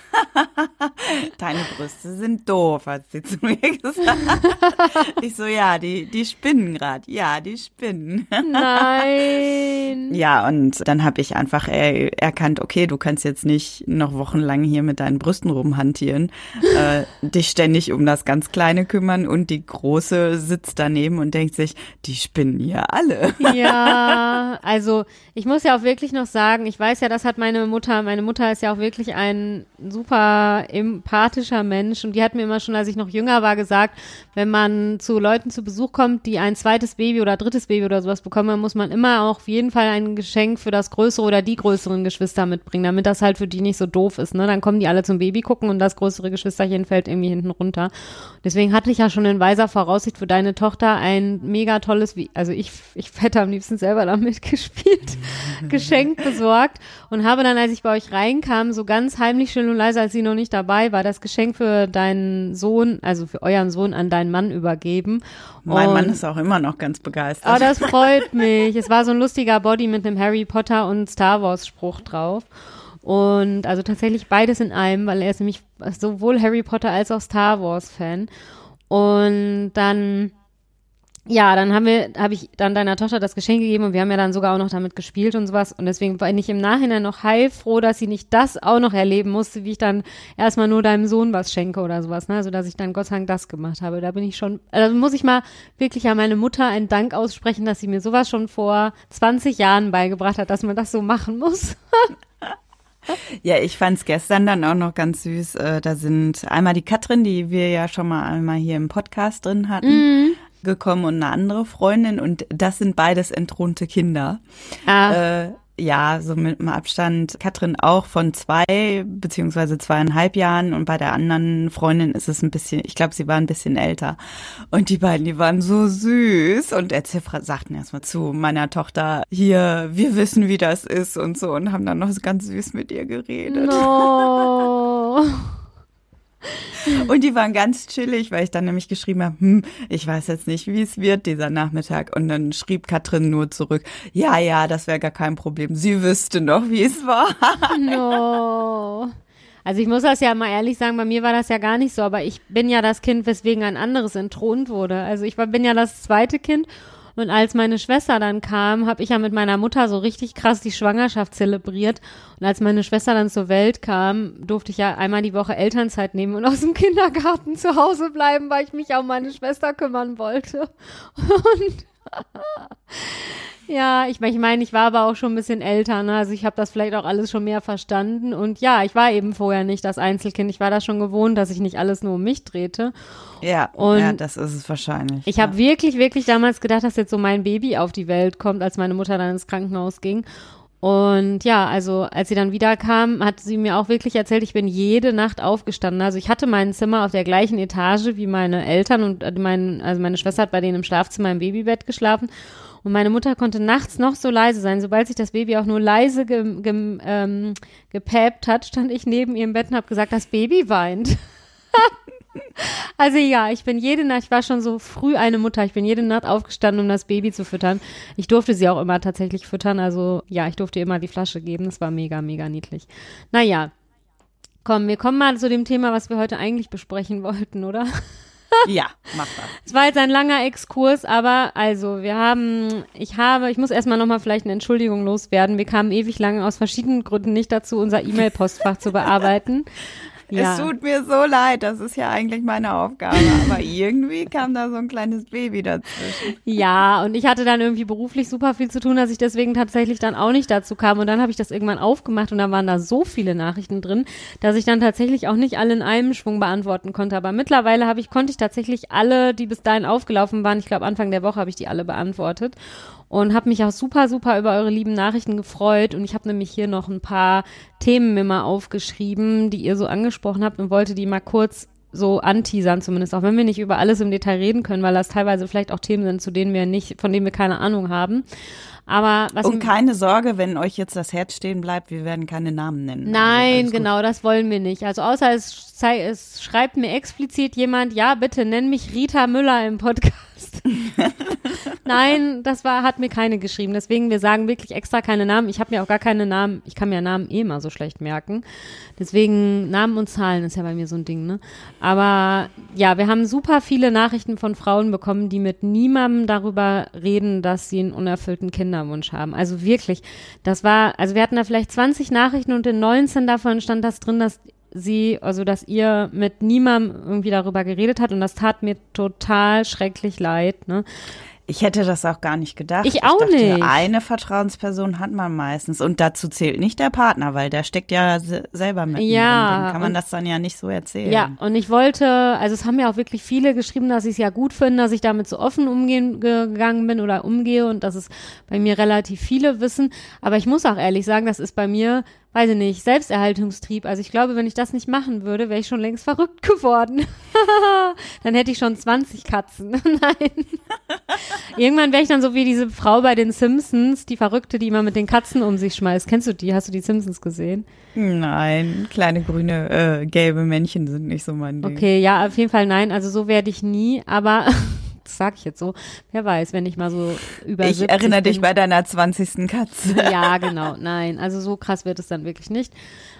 C: deine Brüste sind doof, hat sie zu mir gesagt. Ich so, ja, die, die spinnen gerade. Ja, die spinnen.
A: Nein.
C: Ja, und dann habe ich einfach äh, erkannt, okay, du kannst jetzt nicht noch wochenlang hier mit deinen Brüsten rumhantieren, äh, dich ständig um das ganz Kleine kümmern und die Große sitzt daneben und denkt sich, die spinnen hier alle.
A: Ja, also ich muss ja auch wirklich noch sagen, ich weiß ja, das hat meine Mutter, meine Mutter ist ja auch wirklich ein super empathischer Mensch und die hat mir immer schon, als ich noch jünger war, gesagt, wenn man zu Leuten zu Besuch kommt, die ein zweites Baby oder drittes Baby oder sowas bekommen, dann muss man immer auch auf jeden Fall ein Geschenk für das größere oder die größeren Geschwister mitbringen, damit das halt für die nicht so doof ist, ne? Dann kommen die alle zum Baby gucken und das größere Geschwisterchen fällt irgendwie hinten runter. Deswegen hatte ich ja schon in weiser Voraussicht für deine Tochter ein mega tolles, also ich, ich hätte am liebsten selber damit gespielt, Geschenk besorgt und habe dann, als ich bei euch reinkam, so ganz heimlich, still und leise, als sie noch nicht dabei war, das Geschenk für deinen Sohn, also für euren Sohn an deinen Mann übergeben.
C: Mein
A: und,
C: Mann ist auch immer noch ganz begeistert.
A: Oh, das freut mich. Es war so ein lustiger Body mit einem Harry Potter und Star Wars Spruch drauf. Und also tatsächlich beides in einem, weil er ist nämlich sowohl Harry Potter als auch Star Wars Fan. Und dann, ja, dann haben wir, habe ich dann deiner Tochter das Geschenk gegeben und wir haben ja dann sogar auch noch damit gespielt und sowas. Und deswegen bin ich im Nachhinein noch heilfroh, dass sie nicht das auch noch erleben musste, wie ich dann erstmal nur deinem Sohn was schenke oder sowas, ne? Also, dass ich dann Gott sei Dank das gemacht habe. Da bin ich schon, also muss ich mal wirklich an meine Mutter einen Dank aussprechen, dass sie mir sowas schon vor zwanzig Jahren beigebracht hat, dass man das so machen muss.
C: Ja, ich fand's gestern dann auch noch ganz süß. Äh, da sind einmal die Katrin, die wir ja schon mal einmal hier im Podcast drin hatten, mm. gekommen und eine andere Freundin und das sind beides entthronte Kinder.
A: Ah.
C: Äh, ja, so mit einem Abstand. Katrin auch von zwei beziehungsweise zweieinhalb Jahren und bei der anderen Freundin ist es ein bisschen, ich glaube, sie war ein bisschen älter. Und die beiden, die waren so süß und der Ziffer sagten erstmal zu meiner Tochter, hier, wir wissen, wie das ist und so und haben dann noch so ganz süß mit ihr geredet.
A: No.
C: Und die waren ganz chillig, weil ich dann nämlich geschrieben habe, hm, ich weiß jetzt nicht, wie es wird dieser Nachmittag. Und dann schrieb Katrin nur zurück, ja, ja, das wäre gar kein Problem. Sie wüsste noch, wie es war.
A: No. Also ich muss das ja mal ehrlich sagen, bei mir war das ja gar nicht so, aber ich bin ja das Kind, weswegen ein anderes entthront wurde. Also ich war, bin ja das zweite Kind. Und als meine Schwester dann kam, habe ich ja mit meiner Mutter so richtig krass die Schwangerschaft zelebriert. Und als meine Schwester dann zur Welt kam, durfte ich ja einmal die Woche Elternzeit nehmen und aus dem Kindergarten zu Hause bleiben, weil ich mich auch um meine Schwester kümmern wollte. Und ja, ich meine, ich, mein, ich war aber auch schon ein bisschen älter, ne? Also ich habe das vielleicht auch alles schon mehr verstanden. Und ja, ich war eben vorher nicht das Einzelkind. Ich war das schon gewohnt, dass ich nicht alles nur um mich drehte.
C: Ja, und ja, das ist es wahrscheinlich.
A: Ich
C: ja.
A: habe wirklich, wirklich damals gedacht, dass jetzt so mein Baby auf die Welt kommt, als meine Mutter dann ins Krankenhaus ging. Und ja, also als sie dann wiederkam, hat sie mir auch wirklich erzählt, ich bin jede Nacht aufgestanden. Also ich hatte mein Zimmer auf der gleichen Etage wie meine Eltern und mein, also meine Schwester hat bei denen im Schlafzimmer im Babybett geschlafen. Und meine Mutter konnte nachts noch so leise sein. Sobald sich das Baby auch nur leise ge, ge, ähm, gepäpt hat, stand ich neben ihrem Bett und habe gesagt, das Baby weint. Also ja, ich bin jede Nacht, ich war schon so früh eine Mutter, ich bin jede Nacht aufgestanden, um das Baby zu füttern. Ich durfte sie auch immer tatsächlich füttern, also ja, ich durfte ihr immer die Flasche geben, das war mega, mega niedlich. Naja, komm, wir kommen mal zu dem Thema, was wir heute eigentlich besprechen wollten, oder?
C: Ja, mach das.
A: Es war jetzt ein langer Exkurs, aber also wir haben, ich habe, ich muss erstmal nochmal vielleicht eine Entschuldigung loswerden. Wir kamen ewig lange aus verschiedenen Gründen nicht dazu, unser E-Mail-Postfach zu bearbeiten. Ja.
C: Es tut mir so leid, das ist ja eigentlich meine Aufgabe, aber irgendwie kam da so ein kleines Baby dazwischen.
A: Ja, und ich hatte dann irgendwie beruflich super viel zu tun, dass ich deswegen tatsächlich dann auch nicht dazu kam. Und dann habe ich das irgendwann aufgemacht und da waren da so viele Nachrichten drin, dass ich dann tatsächlich auch nicht alle in einem Schwung beantworten konnte. Aber mittlerweile habe ich, konnte ich tatsächlich alle, die bis dahin aufgelaufen waren, ich glaube Anfang der Woche habe ich die alle beantwortet. Und habe mich auch super, super über eure lieben Nachrichten gefreut. Und ich habe nämlich hier noch ein paar Themen mir mal aufgeschrieben, die ihr so angesprochen habt und wollte die mal kurz so anteasern zumindest, auch wenn wir nicht über alles im Detail reden können, weil das teilweise vielleicht auch Themen sind, zu denen wir nicht, von denen wir keine Ahnung haben. Aber was
C: Und keine Sorge, wenn euch jetzt das Herz stehen bleibt, wir werden keine Namen nennen.
A: Nein,
C: also
A: genau, das wollen wir nicht. Also außer es, zei- es schreibt mir explizit jemand, ja, bitte nenn mich Rita Müller im Podcast. Nein, das war, hat mir keine geschrieben. Deswegen, wir sagen wirklich extra keine Namen. Ich habe mir auch gar keine Namen, ich kann mir Namen eh mal so schlecht merken. Deswegen Namen und Zahlen ist ja bei mir so ein Ding, ne? Aber ja, wir haben super viele Nachrichten von Frauen bekommen, die mit niemandem darüber reden, dass sie einen unerfüllten Kinderwunsch haben. Also wirklich, das war, also wir hatten da vielleicht zwanzig Nachrichten und in neunzehn davon stand das drin, dass sie, also dass ihr mit niemandem irgendwie darüber geredet hat und das tat mir total schrecklich leid, ne?
C: Ich hätte das auch gar nicht gedacht.
A: Ich auch
C: ich dachte,
A: nicht.
C: Eine Vertrauensperson hat man meistens und dazu zählt nicht der Partner, weil der steckt ja se- selber mit.
A: Ja,
C: Dem kann man das dann ja nicht so erzählen.
A: Ja, und ich wollte, also es haben ja auch wirklich viele geschrieben, dass sie es ja gut finden, dass ich damit so offen umgehen gegangen bin oder umgehe und dass es bei mir relativ viele wissen. Aber ich muss auch ehrlich sagen, das ist bei mir, weiß ich nicht, Selbsterhaltungstrieb. Also ich glaube, wenn ich das nicht machen würde, wäre ich schon längst verrückt geworden. Dann hätte ich schon zwanzig Katzen. Nein. Irgendwann wäre ich dann so wie diese Frau bei den Simpsons, die Verrückte, die immer mit den Katzen um sich schmeißt. Kennst du die? Hast du die Simpsons gesehen?
C: Nein, kleine grüne, äh, gelbe Männchen sind nicht so mein Ding.
A: Okay, ja, auf jeden Fall nein. Also so werde ich nie, aber das sage ich jetzt so. Wer weiß, wenn ich mal so über
C: Ich
A: siebzig
C: erinnere
A: bin.
C: dich bei deiner zwanzigsten Katze.
A: Ja, genau, nein. Also so krass wird es dann wirklich nicht.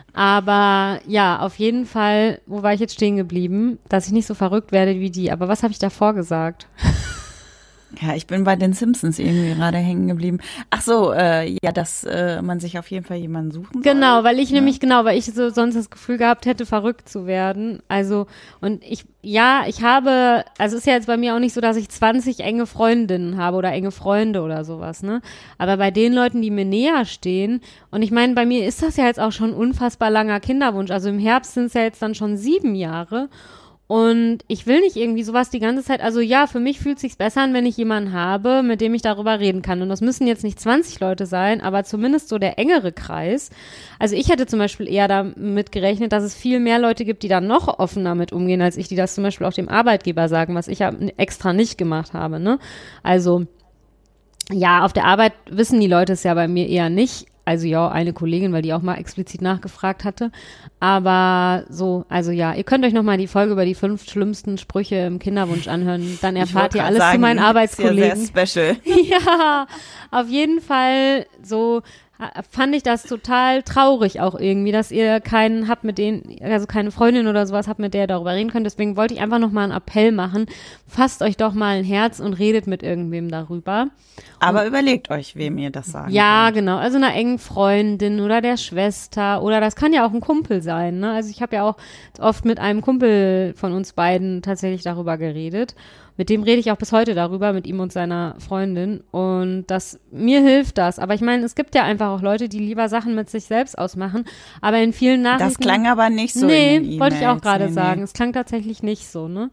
A: Aber ja, auf jeden Fall, wo war ich jetzt stehen geblieben? Dass ich nicht so verrückt werde wie die. Aber was habe ich davor gesagt?
C: Ja, ich bin bei den Simpsons irgendwie gerade hängen geblieben. Ach so, äh, ja, dass äh, man sich auf jeden Fall jemanden suchen soll.
A: Genau, weil ich
C: Ja.
A: nämlich, genau, weil ich so sonst das Gefühl gehabt hätte, verrückt zu werden. Also, und ich, ja, ich habe, also es ist ja jetzt bei mir auch nicht so, dass ich zwanzig enge Freundinnen habe oder enge Freunde oder sowas, ne? Aber bei den Leuten, die mir näher stehen, und ich meine, bei mir ist das ja jetzt auch schon ein unfassbar langer Kinderwunsch. Also im Herbst sind es ja jetzt dann schon sieben Jahre. Und ich will nicht irgendwie sowas die ganze Zeit, also ja, für mich fühlt es sich besser an, wenn ich jemanden habe, mit dem ich darüber reden kann. Und das müssen jetzt nicht zwanzig Leute sein, aber zumindest so der engere Kreis. Also ich hätte zum Beispiel eher damit gerechnet, dass es viel mehr Leute gibt, die da noch offener mit umgehen, als ich, die das zum Beispiel auch dem Arbeitgeber sagen, was ich ja extra nicht gemacht habe, ne? Also, ja, auf der Arbeit wissen die Leute es ja bei mir eher nicht. Also ja, eine Kollegin, weil die auch mal explizit nachgefragt hatte. Aber so, also ja, ihr könnt euch nochmal die Folge über die fünf schlimmsten Sprüche im Kinderwunsch anhören. Dann erfahrt ihr alles
C: sagen,
A: zu meinen Arbeitskollegen.
C: Ist ja sehr special.
A: Ja, auf jeden Fall so fand ich das total traurig auch irgendwie, dass ihr keinen habt, mit denen, also keine Freundin oder sowas habt, mit der ihr darüber reden könnt. Deswegen wollte ich einfach nochmal einen Appell machen. Fasst euch doch mal ein Herz und redet mit irgendwem darüber.
C: Aber und, überlegt euch, wem ihr das sagen
A: Ja,
C: könnt.
A: genau. Also einer engen Freundin oder der Schwester oder das kann ja auch ein Kumpel sein, ne? Also ich habe ja auch oft mit einem Kumpel von uns beiden tatsächlich darüber geredet. Mit dem rede ich auch bis heute darüber, mit ihm und seiner Freundin. Und das, mir hilft das. Aber ich meine, es gibt ja einfach auch Leute, die lieber Sachen mit sich selbst ausmachen. Aber in vielen Nachrichten.
C: Das klang aber nicht so
A: Nee,
C: in den E-Mails.
A: wollte ich auch gerade
C: nee,
A: sagen.
C: Nee.
A: Es klang tatsächlich nicht so, ne?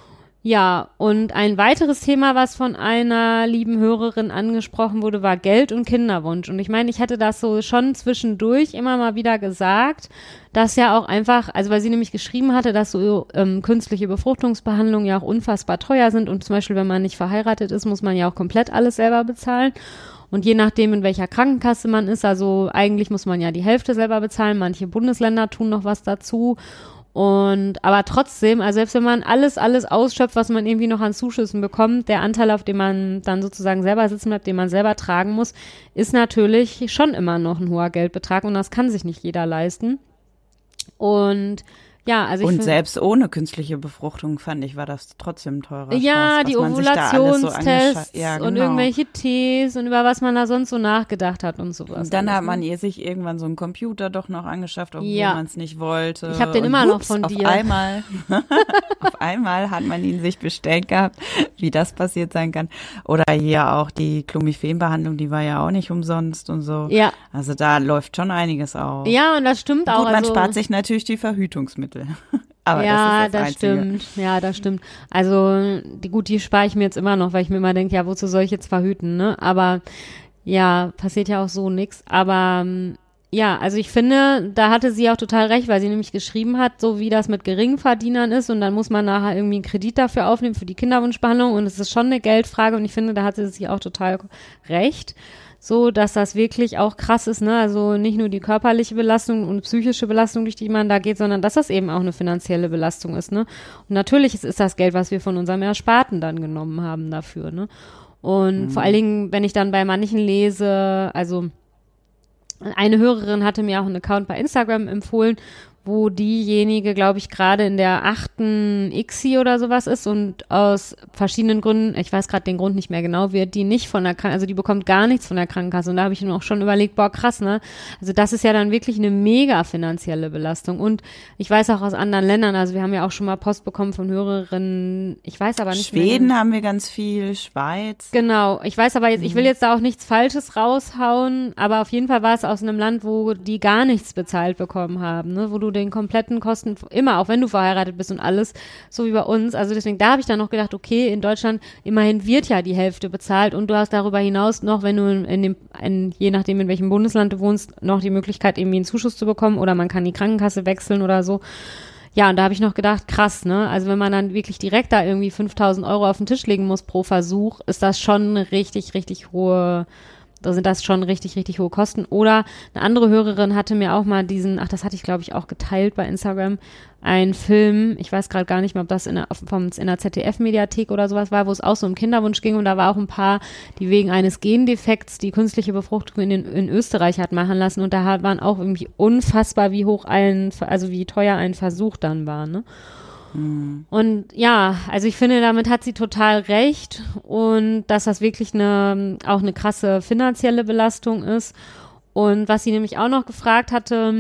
A: Ja, und ein weiteres Thema, was von einer lieben Hörerin angesprochen wurde, war Geld und Kinderwunsch. Und ich meine, ich hätte das so schon zwischendurch immer mal wieder gesagt, dass ja auch einfach, also weil sie nämlich geschrieben hatte, dass so ähm, künstliche Befruchtungsbehandlungen ja auch unfassbar teuer sind und zum Beispiel, wenn man nicht verheiratet ist, muss man ja auch komplett alles selber bezahlen. Und je nachdem, in welcher Krankenkasse man ist, also eigentlich muss man ja die Hälfte selber bezahlen, manche Bundesländer tun noch was dazu. Und, aber trotzdem, also selbst wenn man alles, alles ausschöpft, was man irgendwie noch an Zuschüssen bekommt, der Anteil, auf dem man dann sozusagen selber sitzen bleibt, den man selber tragen muss, ist natürlich schon immer noch ein hoher Geldbetrag und das kann sich nicht jeder leisten. Und ja, also ich
C: Und
A: find,
C: selbst ohne künstliche Befruchtung, fand ich, war das trotzdem teurer
A: ja,
C: Spaß,
A: die
C: was man sich da alles so
A: Ovulationstests
C: angescha- ja, genau.
A: und irgendwelche Tees und über was man da sonst so nachgedacht hat und sowas.
C: Und dann
A: alles,
C: hat man
A: ne?
C: ihr sich irgendwann so einen Computer doch noch angeschafft, obwohl
A: Ja.
C: man es nicht wollte.
A: Ich hab den
C: und
A: immer noch
C: ups,
A: von
C: auf
A: dir.
C: Einmal, auf einmal hat man ihn sich bestellt gehabt, wie das passiert sein kann. Oder hier auch die Clomiphen-Behandlung, die war ja auch nicht umsonst und so.
A: Ja.
C: Also da läuft schon einiges auf.
A: Ja, und das stimmt auch.
C: Gut, man
A: also,
C: spart sich natürlich die Verhütungsmittel. Aber
A: ja,
C: das ist das,
A: das
C: Einzige.
A: stimmt. Ja, das stimmt. Also die, gut, die spare ich mir jetzt immer noch, weil ich mir immer denke, ja, wozu soll ich jetzt verhüten, ne? Aber ja, passiert ja auch so nix. Aber ähm, ja, also ich finde, da hatte sie auch total recht, weil sie nämlich geschrieben hat, so wie das mit Geringverdienern ist und dann muss man nachher irgendwie einen Kredit dafür aufnehmen für die Kinderwunschbehandlung und es ist schon eine Geldfrage und ich finde, da hatte sie auch total recht. So, dass das wirklich auch krass ist, ne, also nicht nur die körperliche Belastung und psychische Belastung, durch die man da geht, sondern dass das eben auch eine finanzielle Belastung ist, ne. Und natürlich ist, ist das Geld, was wir von unserem Ersparten dann genommen haben dafür, ne. Und mhm. vor allen Dingen, wenn ich dann bei manchen lese, also eine Hörerin hatte mir auch einen Account bei Instagram empfohlen, wo diejenige, glaube ich, gerade in der achten I C S I oder sowas ist und aus verschiedenen Gründen, ich weiß gerade den Grund nicht mehr genau, wird die nicht von der Krankenkasse, also die bekommt gar nichts von der Krankenkasse und da habe ich mir auch schon überlegt, boah, krass, ne? Also das ist ja dann wirklich eine mega finanzielle Belastung und ich weiß auch aus anderen Ländern, also wir haben ja auch schon mal Post bekommen von Hörerinnen, ich weiß aber nicht
C: Schweden
A: mehr.
C: haben wir ganz viel, Schweiz.
A: Genau, ich weiß aber jetzt, ich will jetzt da auch nichts Falsches raushauen, aber auf jeden Fall war es aus einem Land, wo die gar nichts bezahlt bekommen haben, ne? Wo du den kompletten Kosten, immer, auch wenn du verheiratet bist und alles, so wie bei uns. Also deswegen, da habe ich dann noch gedacht, okay, in Deutschland immerhin wird ja die Hälfte bezahlt und du hast darüber hinaus noch, wenn du in dem, in, je nachdem in welchem Bundesland du wohnst, noch die Möglichkeit, irgendwie einen Zuschuss zu bekommen oder man kann die Krankenkasse wechseln oder so. Ja, und da habe ich noch gedacht, krass, ne? Also wenn man dann wirklich direkt da irgendwie fünftausend Euro auf den Tisch legen muss pro Versuch, ist das schon eine richtig, richtig hohe Da sind das schon richtig, richtig hohe Kosten. Oder eine andere Hörerin hatte mir auch mal diesen, ach, das hatte ich, glaube ich, auch geteilt bei Instagram, einen Film, ich weiß gerade gar nicht mehr, ob das in der, vom, in der Z D F-Mediathek oder sowas war, wo es auch so um Kinderwunsch ging und da war auch ein Paar, die wegen eines Gendefekts die künstliche Befruchtung in, den, in Österreich hat machen lassen und da waren auch irgendwie unfassbar, wie hoch ein, also wie teuer ein Versuch dann war, ne? Und ja, also ich finde, damit hat sie total recht und dass das wirklich eine, auch eine krasse finanzielle Belastung ist. Und was sie nämlich auch noch gefragt hatte,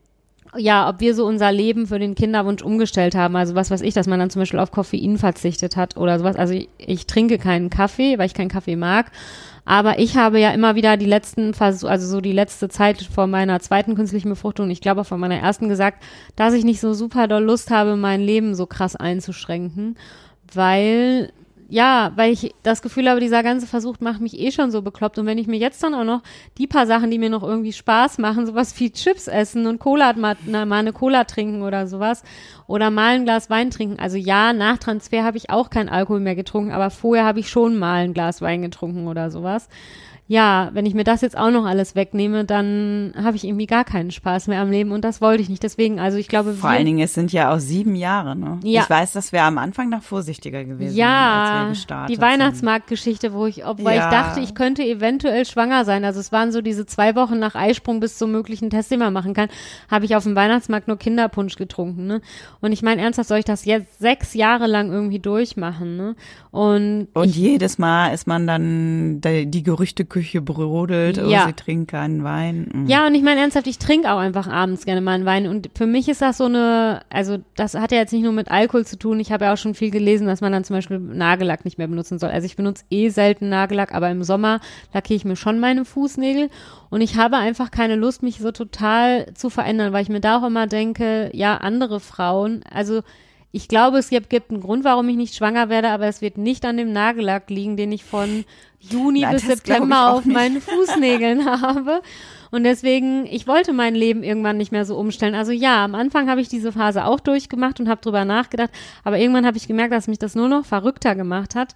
A: ja, ob wir so unser Leben für den Kinderwunsch umgestellt haben. Also was weiß ich, dass man dann zum Beispiel auf Koffein verzichtet hat oder sowas. Also ich, ich trinke keinen Kaffee, weil ich keinen Kaffee mag. Aber ich habe ja immer wieder die letzten, Versuch, also so die letzte Zeit vor meiner zweiten künstlichen Befruchtung, ich glaube auch von meiner ersten gesagt, dass ich nicht so super doll Lust habe, mein Leben so krass einzuschränken, weil, ja, weil ich das Gefühl habe, dieser ganze Versuch macht mich eh schon so bekloppt und wenn ich mir jetzt dann auch noch die paar Sachen, die mir noch irgendwie Spaß machen, sowas wie Chips essen und Cola, mal, mal eine Cola trinken oder sowas oder mal ein Glas Wein trinken, also ja, nach Transfer habe ich auch keinen Alkohol mehr getrunken, aber vorher habe ich schon mal ein Glas Wein getrunken oder sowas. Ja, wenn ich mir das jetzt auch noch alles wegnehme, dann habe ich irgendwie gar keinen Spaß mehr am Leben und das wollte ich nicht. Deswegen, also ich glaube,
C: Vor
A: wir,
C: allen Dingen, es sind ja auch sieben Jahre, ne?
A: Ja.
C: Ich weiß, dass wir am Anfang noch vorsichtiger gewesen sind,
A: ja,
C: als wir gestartet
A: die Weihnachtsmarktgeschichte, wo ich, obwohl
C: Ja.
A: ich dachte, ich könnte eventuell schwanger sein. Also es waren so diese zwei Wochen nach Eisprung bis zum möglichen Test, den man machen kann, habe ich auf dem Weihnachtsmarkt nur Kinderpunsch getrunken, ne? Und ich meine, ernsthaft, soll ich das jetzt sechs Jahre lang irgendwie durchmachen, ne? Und,
C: sind. Und jedes Mal ist man dann, die, die Gerüchteküche brodelt, oh,
A: Ja.
C: sie trinken keinen Wein. Mhm.
A: Ja, und ich meine ernsthaft, ich trinke auch einfach abends gerne mal einen Wein und für mich ist das so eine, also das hat ja jetzt nicht nur mit Alkohol zu tun, ich habe ja auch schon viel gelesen, dass man dann zum Beispiel Nagellack nicht mehr benutzen soll. Also ich benutze eh selten Nagellack, aber im Sommer lackiere ich mir schon meine Fußnägel und ich habe einfach keine Lust, mich so total zu verändern, weil ich mir da auch immer denke, ja, andere Frauen, also ich glaube, es gibt, gibt einen Grund, warum ich nicht schwanger werde, aber es wird nicht an dem Nagellack liegen, den ich von Juni
C: Nein,
A: bis
C: das glaub ich
A: September
C: auch
A: auf
C: nicht.
A: meinen Fußnägeln habe. Und deswegen, ich wollte mein Leben irgendwann nicht mehr so umstellen. Also ja, am Anfang habe ich diese Phase auch durchgemacht und habe drüber nachgedacht, aber irgendwann habe ich gemerkt, dass mich das nur noch verrückter gemacht hat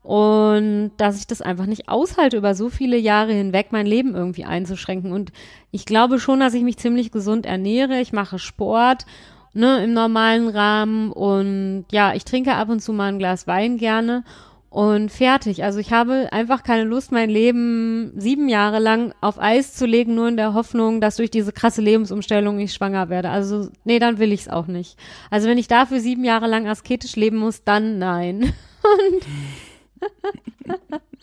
A: und dass ich das einfach nicht aushalte, über so viele Jahre hinweg mein Leben irgendwie einzuschränken. Und ich glaube schon, dass ich mich ziemlich gesund ernähre. Ich mache Sport, ne, im normalen Rahmen und ja, ich trinke ab und zu mal ein Glas Wein gerne und fertig. Also ich habe einfach keine Lust, mein Leben sieben Jahre lang auf Eis zu legen, nur in der Hoffnung, dass durch diese krasse Lebensumstellung ich schwanger werde. Also nee, dann will ich es auch nicht. Also wenn ich dafür sieben Jahre lang asketisch leben muss, dann nein. Und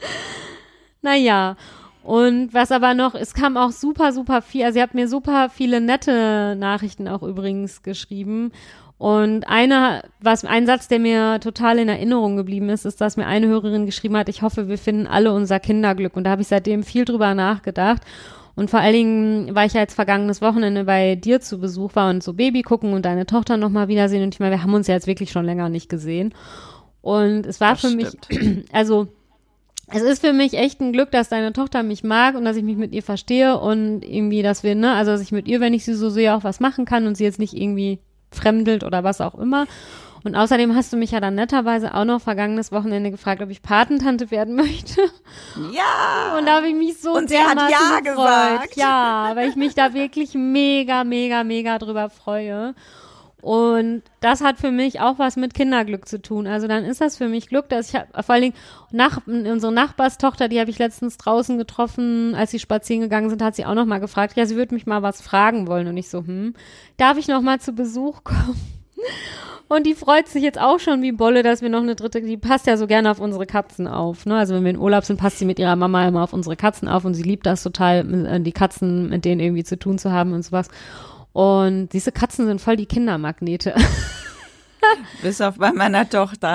A: naja, und was aber noch, es kam auch super, super viel, also ihr habt mir super viele nette Nachrichten auch übrigens geschrieben. Und einer, was, ein Satz, der mir total in Erinnerung geblieben ist, ist, dass mir eine Hörerin geschrieben hat, ich hoffe, wir finden alle unser Kinderglück. Und da habe ich seitdem viel drüber nachgedacht. Und vor allen Dingen, weil ich ja jetzt vergangenes Wochenende bei dir zu Besuch war und so Baby gucken und deine Tochter nochmal wiedersehen. Und ich meine, wir haben uns ja jetzt wirklich schon länger nicht gesehen. Und es war das für stimmt. mich, also es ist für mich echt ein Glück, dass deine Tochter mich mag und dass ich mich mit ihr verstehe und irgendwie, dass wir, ne, also dass ich mit ihr, wenn ich sie so sehe, auch was machen kann und sie jetzt nicht irgendwie fremdelt oder was auch immer. Und außerdem hast du mich ja dann netterweise auch noch vergangenes Wochenende gefragt, ob ich Patentante werden möchte.
C: Ja!
A: Und da habe ich mich so
C: und sie hat ja
A: gefreut.
C: gesagt.
A: Ja, weil ich mich da wirklich mega, mega, mega drüber freue. Und das hat für mich auch was mit Kinderglück zu tun. Also dann ist das für mich Glück, dass ich hab, vor allen Dingen nach, unsere Nachbarstochter, die habe ich letztens draußen getroffen, als sie spazieren gegangen sind, hat sie auch noch mal gefragt, ja, sie würde mich mal was fragen wollen. Und ich so, hm, darf ich noch mal zu Besuch kommen? Und die freut sich jetzt auch schon wie Bolle, dass wir noch eine dritte, die passt ja so gerne auf unsere Katzen auf, ne? Also wenn wir in Urlaub sind, passt sie mit ihrer Mama immer auf unsere Katzen auf und sie liebt das total, die Katzen mit denen irgendwie zu tun zu haben und sowas. Und diese Katzen sind voll die Kindermagnete.
C: Bis auf bei meiner Tochter.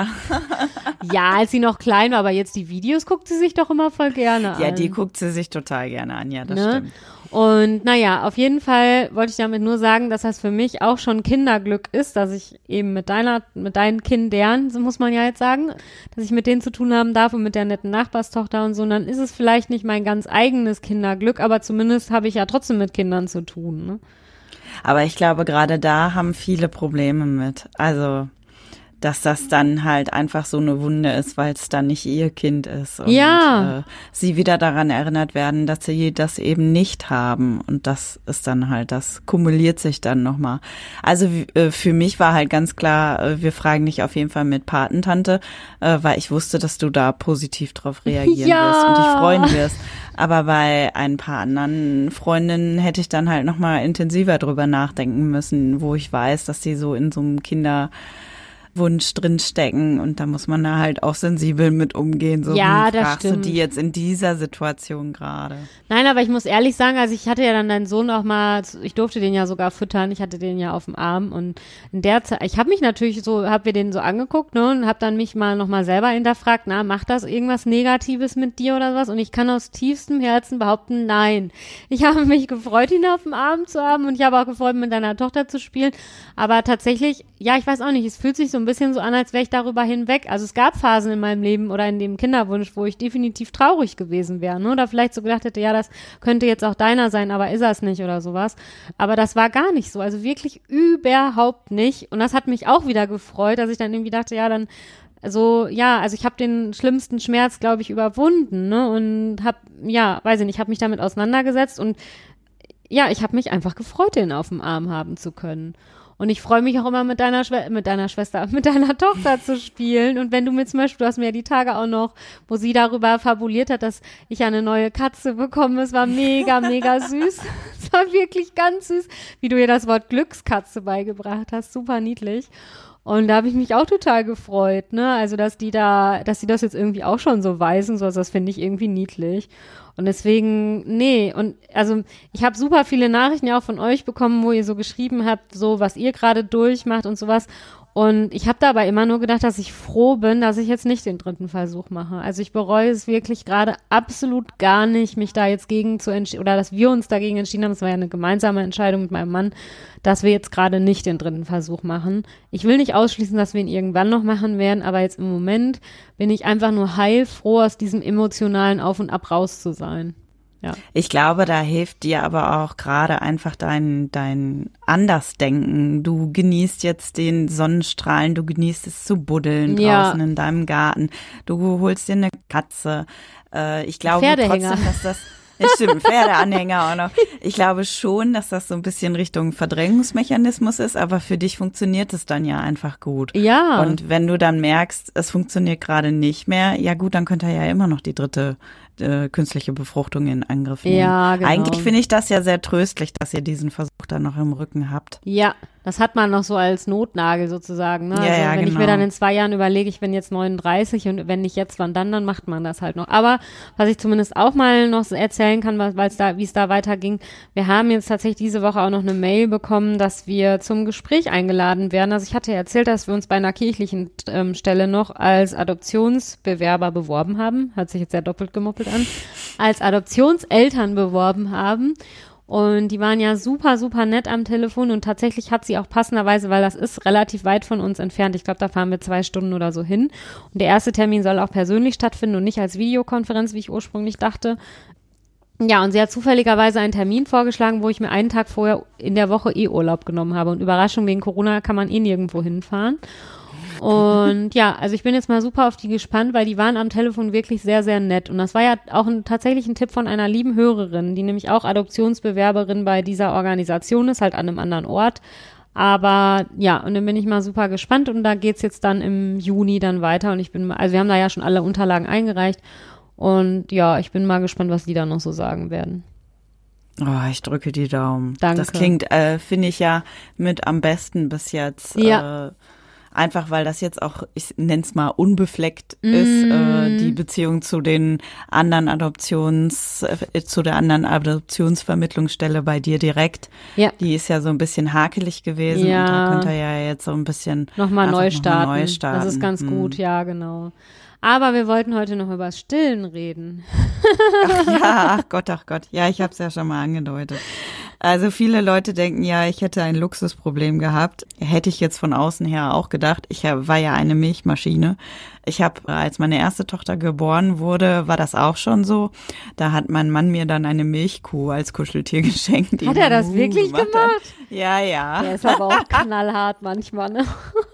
A: Ja, als sie noch klein war, aber jetzt die Videos guckt sie sich doch immer voll gerne an.
C: Ja, die guckt sie sich total gerne an, ja, das
A: ne?
C: stimmt.
A: Und naja, auf jeden Fall wollte ich damit nur sagen, dass das für mich auch schon Kinderglück ist, dass ich eben mit deiner, mit deinen Kindern, so muss man ja jetzt sagen, dass ich mit denen zu tun haben darf und mit der netten Nachbarstochter und so. Und dann ist es vielleicht nicht mein ganz eigenes Kinderglück, aber zumindest habe ich ja trotzdem mit Kindern zu tun, ne?
C: Aber ich glaube, gerade da haben viele Probleme mit. Also, dass das dann halt einfach so eine Wunde ist, weil es dann nicht ihr Kind ist. Und
A: ja.
C: äh, sie wieder daran erinnert werden, dass sie das eben nicht haben. Und das ist dann halt, das kumuliert sich dann nochmal. Also äh, für mich war halt ganz klar, äh, wir fragen dich auf jeden Fall mit Patentante, äh, weil ich wusste, dass du da positiv drauf reagieren
A: ja.
C: wirst und dich freuen wirst. Aber bei ein paar anderen Freundinnen hätte ich dann halt nochmal intensiver drüber nachdenken müssen, wo ich weiß, dass die so in so einem Kinderwunsch drin stecken und da muss man da halt auch sensibel mit umgehen. So,
A: ja,
C: hm,
A: das
C: fragst
A: stimmt.
C: du die jetzt in dieser Situation gerade?
A: Nein, aber ich muss ehrlich sagen, also ich hatte ja dann deinen Sohn auch mal, ich durfte den ja sogar füttern, ich hatte den ja auf dem Arm und in der Zeit, ich habe mich natürlich so, habe wir den so angeguckt, ne, und habe dann mich mal nochmal selber hinterfragt, na, macht das irgendwas Negatives mit dir oder was? Und ich kann aus tiefstem Herzen behaupten, nein. Ich habe mich gefreut, ihn auf dem Arm zu haben und ich habe auch gefreut, mit deiner Tochter zu spielen, aber tatsächlich, ja, ich weiß auch nicht, es fühlt sich so ein bisschen so an, als wäre ich darüber hinweg. Also es gab Phasen in meinem Leben oder in dem Kinderwunsch, wo ich definitiv traurig gewesen wäre, ne, oder vielleicht so gedacht hätte, ja, das könnte jetzt auch deiner sein, aber ist das nicht oder sowas. Aber das war gar nicht so, also wirklich überhaupt nicht. Und das hat mich auch wieder gefreut, dass ich dann irgendwie dachte, ja, dann so, ja, also ich habe den schlimmsten Schmerz, glaube ich, überwunden, ne, und habe, ja, weiß ich nicht, habe mich damit auseinandergesetzt und ja, ich habe mich einfach gefreut, den auf dem Arm haben zu können. Und ich freue mich auch immer mit deiner Schwe- mit deiner Schwester, mit deiner Tochter zu spielen. Und wenn du mir zum Beispiel, du hast mir ja die Tage auch noch, wo sie darüber fabuliert hat, dass ich eine neue Katze bekomme. Es war mega, mega süß. Es war wirklich ganz süß, wie du ihr das Wort Glückskatze beigebracht hast. Super niedlich. Und da habe ich mich auch total gefreut, ne? Also, dass die da, dass sie das jetzt irgendwie auch schon so weiß und so, also das finde ich irgendwie niedlich. Und deswegen, nee, und also ich habe super viele Nachrichten ja auch von euch bekommen, wo ihr so geschrieben habt, so was ihr gerade durchmacht und sowas. Und ich habe dabei immer nur gedacht, dass ich froh bin, dass ich jetzt nicht den dritten Versuch mache. Also ich bereue es wirklich gerade absolut gar nicht, mich da jetzt gegen zu entscheiden, oder dass wir uns dagegen entschieden haben, es war ja eine gemeinsame Entscheidung mit meinem Mann, dass wir jetzt gerade nicht den dritten Versuch machen. Ich will nicht ausschließen, dass wir ihn irgendwann noch machen werden, aber jetzt im Moment bin ich einfach nur heilfroh, aus diesem emotionalen Auf und Ab raus zu sein. Ja.
C: Ich glaube, da hilft dir aber auch gerade einfach dein, dein Andersdenken. Du genießt jetzt den Sonnenstrahlen, du genießt es zu buddeln
A: Ja.
C: draußen in deinem Garten. Du holst dir eine Katze. Äh, ich glaube
A: Pferdehänger.
C: trotzdem, dass das Das stimmt, Pferdeanhänger auch noch. Ich glaube schon, dass das so ein bisschen Richtung Verdrängungsmechanismus ist, aber für dich funktioniert es dann ja einfach gut.
A: Ja.
C: Und wenn du dann merkst, es funktioniert gerade nicht mehr, ja gut, dann könnt ihr ja immer noch die dritte äh, künstliche Befruchtung in Angriff nehmen.
A: Ja, genau.
C: Eigentlich finde ich das ja sehr tröstlich, dass ihr diesen Versuch dann noch im Rücken habt.
A: Ja, das hat man noch so als Notnagel sozusagen. Ne?
C: Ja,
A: also
C: ja,
A: wenn
C: genau.
A: ich mir dann in zwei Jahren überlege, ich bin jetzt neununddreißig und wenn nicht jetzt, wann dann, dann macht man das halt noch. Aber was ich zumindest auch mal noch erzählen kann, weil es da, wie es da weiterging, wir haben jetzt tatsächlich diese Woche auch noch eine Mail bekommen, dass wir zum Gespräch eingeladen werden. Also ich hatte ja erzählt, dass wir uns bei einer kirchlichen ähm, Stelle noch als Adoptionsbewerber beworben haben. Hört sich jetzt sehr doppelt gemoppelt an. Als Adoptionseltern beworben haben. Und die waren ja super, super nett am Telefon und tatsächlich hat sie auch passenderweise, weil das ist relativ weit von uns entfernt. Ich glaube, da fahren wir zwei Stunden oder so hin. Und der erste Termin soll auch persönlich stattfinden und nicht als Videokonferenz, wie ich ursprünglich dachte. Ja, und sie hat zufälligerweise einen Termin vorgeschlagen, wo ich mir einen Tag vorher in der Woche eh Urlaub genommen habe. Und Überraschung, wegen Corona kann man eh nirgendwo hinfahren. Und ja, also ich bin jetzt mal super auf die gespannt, weil die waren am Telefon wirklich sehr, sehr nett. Und das war ja auch ein, tatsächlich ein Tipp von einer lieben Hörerin, die nämlich auch Adoptionsbewerberin bei dieser Organisation ist, halt an einem anderen Ort. Aber ja, und dann bin ich mal super gespannt und da geht's jetzt dann im Juni dann weiter. Und ich bin mal, also wir haben da ja schon alle Unterlagen eingereicht. Und ja, ich bin mal gespannt, was die da noch so sagen werden.
C: Oh, ich drücke die Daumen.
A: Danke.
C: Das klingt, äh, finde ich ja mit am besten bis jetzt.
A: Ja.
C: Äh, Einfach weil das jetzt auch, ich nenne es mal, unbefleckt ist,
A: Mm.
C: äh, die Beziehung zu den anderen Adoptions, äh, zu der anderen Adoptionsvermittlungsstelle bei dir direkt.
A: Ja.
C: Die ist ja so ein bisschen hakelig gewesen
A: Ja.
C: und da könnt ihr ja jetzt so ein bisschen
A: Nochmal
C: einfach
A: neu
C: noch mal
A: starten.
C: neu starten.
A: Das ist ganz
C: Hm.
A: gut, ja, genau. Aber wir wollten heute noch über das Stillen reden.
C: Ach ja, ach Gott, ach Gott. Ja, ich habe es ja schon mal angedeutet. Also viele Leute denken ja, ich hätte ein Luxusproblem gehabt. Hätte ich jetzt von außen her auch gedacht. Ich war ja eine Milchmaschine. Ich habe, als meine erste Tochter geboren wurde, war das auch schon so. Da hat mein Mann mir dann eine Milchkuh als Kuscheltier geschenkt.
A: Hat er das wirklich gemacht?
C: Hat. Ja, ja.
A: Der ist aber auch knallhart manchmal, ne?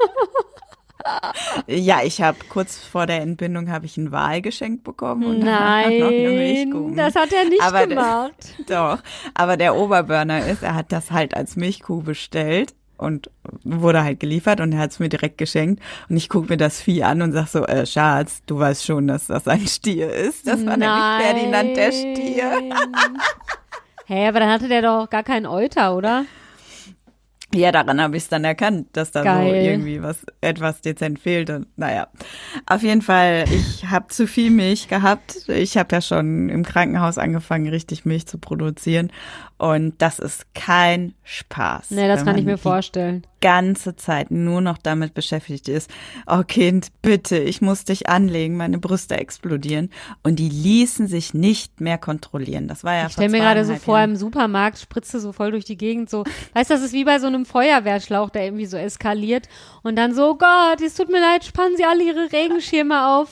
C: Ja, ich habe kurz vor der Entbindung habe ich einen Wal geschenkt bekommen und
A: Nein,
C: noch eine Milchkuh.
A: das hat er nicht
C: aber
A: gemacht.
C: Der, doch, aber der Oberburner ist, er hat das halt als Milchkuh bestellt und wurde halt geliefert und er hat es mir direkt geschenkt und ich gucke mir das Vieh an und sag so, äh, Schatz, du weißt schon, dass das ein Stier ist. Das war
A: Nein.
C: nämlich Ferdinand der Stier.
A: Hä, aber dann hatte der doch gar keinen Euter, oder?
C: Ja, daran habe ich es dann erkannt, dass da
A: Geil.
C: so irgendwie was etwas dezent fehlt. Und naja, auf jeden Fall, ich habe zu viel Milch gehabt. Ich habe ja schon im Krankenhaus angefangen, richtig Milch zu produzieren. Und das ist kein Spaß.
A: Nee, das
C: wenn
A: kann ich
C: man
A: mir vorstellen.
C: die ganze Zeit nur noch damit beschäftigt ist. Oh Kind, bitte, ich muss dich anlegen, meine Brüste explodieren. Und die ließen sich nicht mehr kontrollieren. Das war ja
A: Ich stelle mir gerade so
C: zweieinhalb
A: vor,
C: Jahren.
A: im Supermarkt spritzt du so voll durch die Gegend, so, weißt du, das ist wie bei so einem Feuerwehrschlauch, der irgendwie so eskaliert und dann so, oh Gott, es tut mir leid, spannen Sie alle Ihre Regenschirme auf.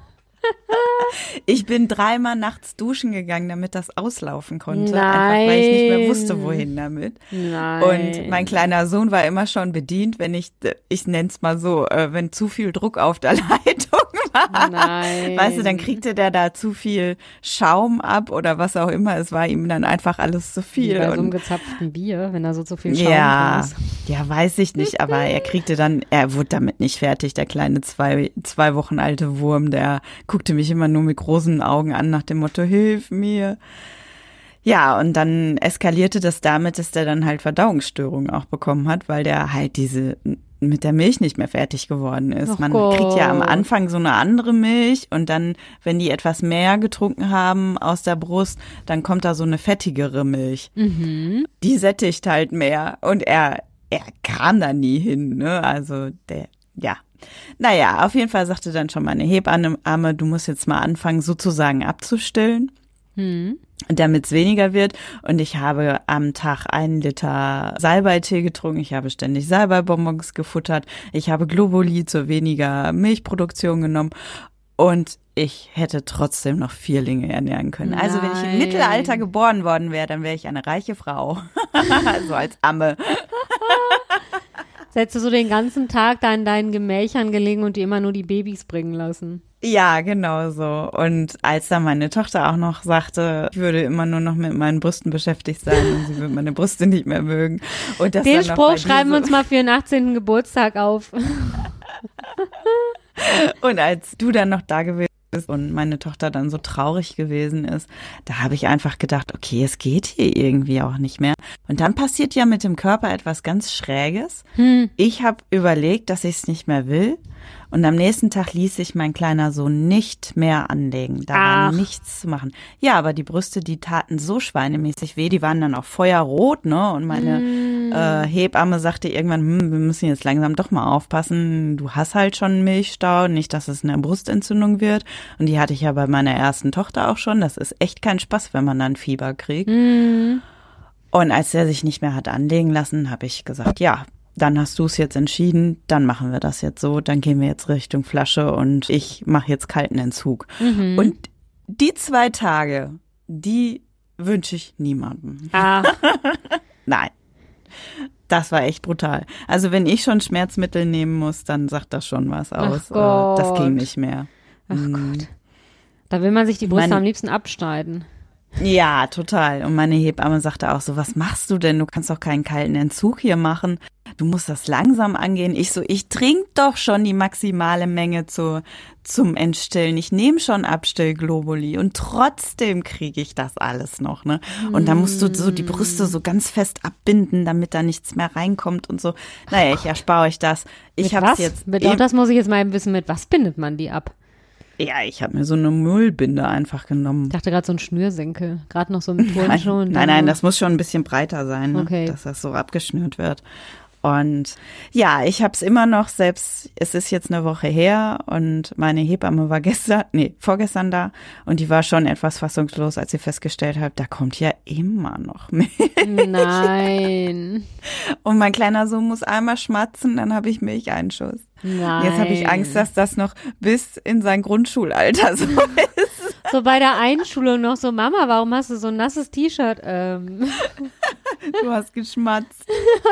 C: Ich bin dreimal nachts duschen gegangen, damit das auslaufen konnte.
A: Nein.
C: Einfach, weil ich nicht mehr wusste, wohin damit.
A: Nein.
C: Und mein kleiner Sohn war immer schon bedient, wenn ich, ich nenn's mal so, äh, wenn zu viel Druck auf der Leitung war.
A: Nein.
C: Weißt du, dann kriegte der da zu viel Schaum ab oder was auch immer. Es war ihm dann einfach alles zu
A: Wie
C: viel.
A: bei so einem
C: Und
A: gezapften Bier, wenn da so zu viel Schaum
C: ja,
A: drin ist.
C: ja, weiß ich nicht, aber er kriegte dann, er wurde damit nicht fertig, der kleine zwei, zwei Wochen alte Wurm, der guckte mich immer nur mit großen Augen an nach dem Motto, hilf mir. Ja, und dann eskalierte das damit, dass der dann halt Verdauungsstörungen auch bekommen hat, weil der halt diese mit der Milch nicht mehr fertig geworden ist.
A: Ach
C: Man
A: Gott.
C: kriegt ja am Anfang so eine andere Milch und dann, wenn die etwas mehr getrunken haben aus der Brust, dann kommt da so eine fettigere Milch.
A: Mhm.
C: Die sättigt halt mehr und er, er kam da nie hin, ne? Also der, ja. Naja, auf jeden Fall sagte dann schon meine Hebamme, du musst jetzt mal anfangen, sozusagen abzustillen,
A: Hm.
C: damit es weniger wird. Und ich habe am Tag einen Liter Salbeitee getrunken, ich habe ständig Salbeibonbons gefuttert, ich habe Globuli zur weniger Milchproduktion genommen und ich hätte trotzdem noch Vierlinge ernähren können. Also wenn ich im
A: Nein.
C: Mittelalter geboren worden wäre, dann wäre ich eine reiche Frau. Also als Amme.
A: Hättest du so den ganzen Tag da in deinen Gemächern gelegen und dir immer nur die Babys bringen lassen.
C: Ja, genau so. Und als dann meine Tochter auch noch sagte, ich würde immer nur noch mit meinen Brüsten beschäftigt sein und sie würde meine Brüste nicht mehr mögen. Und das
A: Den
C: dann noch
A: Spruch
C: bei
A: schreiben wir
C: so
A: uns mal für den achtzehnten Geburtstag auf.
C: Und als du dann noch da gewesen bist und meine Tochter dann so traurig gewesen ist, da habe ich einfach gedacht, okay, es geht hier irgendwie auch nicht mehr. Und dann passiert ja mit dem Körper etwas ganz Schräges. Hm. Ich habe überlegt, dass ich es nicht mehr will. Und am nächsten Tag ließ sich mein kleiner Sohn nicht mehr anlegen. Da war nichts zu machen. Ja, aber die Brüste, die taten so schweinemäßig weh, die waren dann auch feuerrot, ne? Und meine mm. äh, Hebamme sagte irgendwann, hm, wir müssen jetzt langsam doch mal aufpassen. Du hast halt schon Milchstau, nicht, dass es eine Brustentzündung wird. Und die hatte ich ja bei meiner ersten Tochter auch schon. Das ist echt kein Spaß, wenn man dann Fieber kriegt. Mm. Und als er sich nicht mehr hat anlegen lassen, habe ich gesagt, ja, dann hast du es jetzt entschieden, dann machen wir das jetzt so, dann gehen wir jetzt Richtung Flasche und ich mache jetzt kalten Entzug. Mhm. Und die zwei Tage, die wünsche ich niemandem.
A: Ah.
C: Nein, das war echt brutal. Also wenn ich schon Schmerzmittel nehmen muss, dann sagt das schon was aus.
A: Ach
C: das ging nicht mehr.
A: Ach mhm. Gott. Da will man sich die Brüste mein, am liebsten abschneiden.
C: Ja, total. Und meine Hebamme sagte auch so, was machst du denn? Du kannst doch keinen kalten Entzug hier machen. Du musst das langsam angehen. Ich so, ich trinke doch schon die maximale Menge zu, zum Entstillen. Ich nehme schon Abstillglobuli und trotzdem kriege ich das alles noch, ne? Und dann musst du so die Brüste so ganz fest abbinden, damit da nichts mehr reinkommt und so. Naja, ich erspare euch das. Ich
A: mit
C: hab's
A: was?
C: jetzt.
A: Mit, auch das muss ich jetzt mal wissen, mit was bindet man die ab?
C: Ja, ich habe mir so eine Müllbinde einfach genommen.
A: Ich dachte gerade so ein Schnürsenkel, gerade noch so im Turnschuh.
C: Nein, nein, nein, das muss schon ein bisschen breiter sein, ne?
A: Okay.
C: Dass das so abgeschnürt wird. Und ja, ich habe es immer noch, selbst, es ist jetzt eine Woche her und meine Hebamme war gestern, nee, vorgestern da und die war schon etwas fassungslos, als sie festgestellt hat, da kommt ja immer noch Milch.
A: Nein.
C: Und mein kleiner Sohn muss einmal schmatzen, dann habe ich Milcheinschuss.
A: Nein.
C: Jetzt habe ich Angst, dass das noch bis in sein Grundschulalter so ist.
A: So bei der Einschulung noch so, Mama, warum hast du so ein nasses T-Shirt? Ähm.
C: Du hast geschmatzt.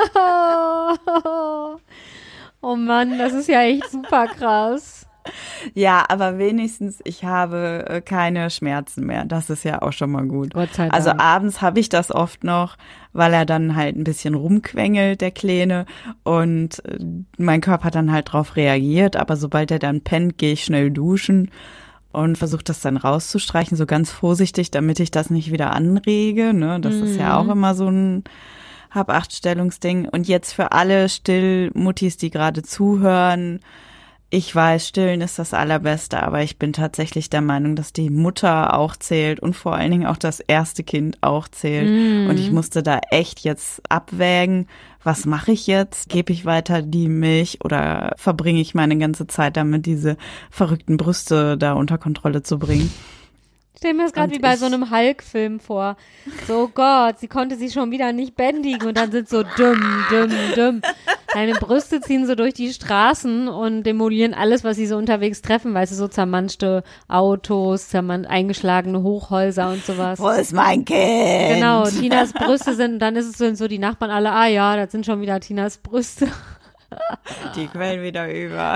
A: Oh Mann, das ist ja echt super krass.
C: Ja, aber wenigstens, ich habe äh, keine Schmerzen mehr. Das ist ja auch schon mal gut.
A: Gott sei Dank.
C: Also abends habe ich das oft noch, weil er dann halt ein bisschen rumquengelt, der Kleine. Und äh, mein Körper dann halt drauf reagiert. Aber sobald er dann pennt, gehe ich schnell duschen und versuche das dann rauszustreichen, so ganz vorsichtig, damit ich das nicht wieder anrege. Ne? Das mhm. ist ja auch immer so ein Hab-Acht-Stellungsding. Und jetzt für alle Stillmuttis, die gerade zuhören, ich weiß, Stillen ist das Allerbeste, aber ich bin tatsächlich der Meinung, dass die Mutter auch zählt und vor allen Dingen auch das erste Kind auch zählt. Mm. Und ich musste da echt jetzt abwägen, was mache ich jetzt? Gebe ich weiter die Milch oder verbringe ich meine ganze Zeit damit, diese verrückten Brüste da unter Kontrolle zu bringen?
A: Ich stelle mir das gerade wie bei so einem Hulk-Film vor. So, oh Gott, sie konnte sich schon wieder nicht bändigen und dann sind so dumm, dumm, dumm. Deine Brüste ziehen so durch die Straßen und demolieren alles, was sie so unterwegs treffen, weißt du, so zermanschte Autos, zerman- eingeschlagene Hochhäuser und sowas.
C: Wo ist mein Kind?
A: Genau, Tinas Brüste sind, dann ist es so, so die Nachbarn alle, ah ja, das sind schon wieder Tinas Brüste.
C: Die quellen wieder über.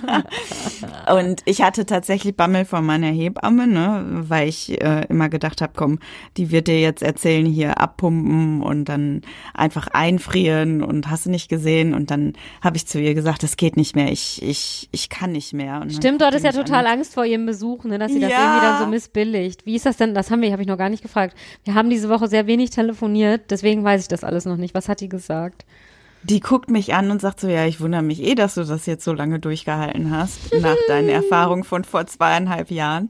C: Und ich hatte tatsächlich Bammel von meiner Hebamme, ne, weil ich äh, immer gedacht habe, komm, die wird dir jetzt erzählen, hier abpumpen und dann einfach einfrieren und hast du nicht gesehen. Und dann habe ich zu ihr gesagt, das geht nicht mehr, ich ich ich kann nicht mehr. Und
A: stimmt, du hattest ja total an. Angst vor ihrem Besuch, ne, dass sie das ja. irgendwie dann so missbilligt. Wie ist das denn? Das haben wir, habe ich noch gar nicht gefragt. Wir haben diese Woche sehr wenig telefoniert, deswegen weiß ich das alles noch nicht. Was hat die gesagt?
C: Die guckt mich an und sagt so, ja, ich wundere mich eh, dass du das jetzt so lange durchgehalten hast, nach deinen Erfahrungen von vor zweieinhalb Jahren.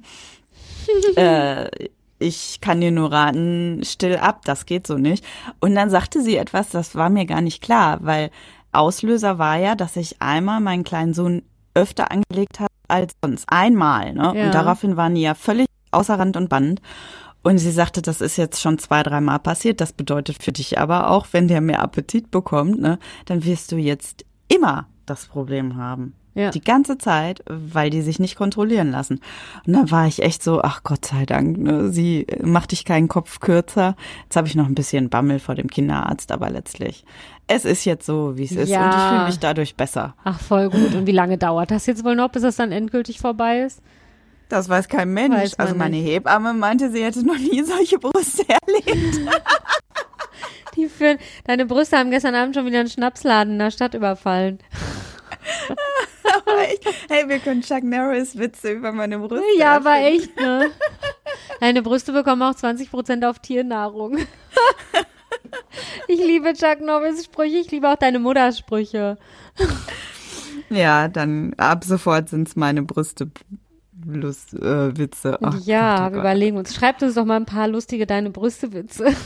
C: äh, ich kann dir nur raten, still ab, das geht so nicht. Und dann sagte sie etwas, das war mir gar nicht klar, weil Auslöser war ja, dass ich einmal meinen kleinen Sohn öfter angelegt habe als sonst. Einmal, ne? Ja. Und daraufhin waren die ja völlig außer Rand und Band. Und sie sagte, das ist jetzt schon zwei, dreimal passiert. Das bedeutet für dich aber auch, wenn der mehr Appetit bekommt, ne, dann wirst du jetzt immer das Problem haben.
A: Ja.
C: Die ganze Zeit, weil die sich nicht kontrollieren lassen. Und dann war ich echt so, ach Gott sei Dank, ne, sie macht dich keinen Kopf kürzer. Jetzt habe ich noch ein bisschen Bammel vor dem Kinderarzt, aber letztlich, es ist jetzt so, wie es ist
A: Ja.
C: und ich fühle mich dadurch besser.
A: Ach, voll gut. Und wie lange dauert das jetzt wohl noch, bis das dann endgültig vorbei ist?
C: Das weiß kein Mensch.
A: Weiß man
C: also meine
A: nicht.
C: Hebamme meinte, sie hätte noch nie solche Brüste erlebt.
A: Die für, deine Brüste haben gestern Abend schon wieder einen Schnapsladen in der Stadt überfallen.
C: Aber echt, hey, wir können Chuck Norris Witze über meine Brüste
A: Ja, aber
C: erfinden.
A: echt, ne? Deine Brüste bekommen auch zwanzig Prozent auf Tiernahrung. Ich liebe Chuck Norris Sprüche, ich liebe auch deine Muttersprüche.
C: Ja, dann ab sofort sind's meine Brüste Lust, äh, Witze. Ach
A: Ja,
C: Gott, oh
A: wir
C: Gott.
A: überlegen uns. Schreibt uns doch mal ein paar lustige deine Brüste-Witze.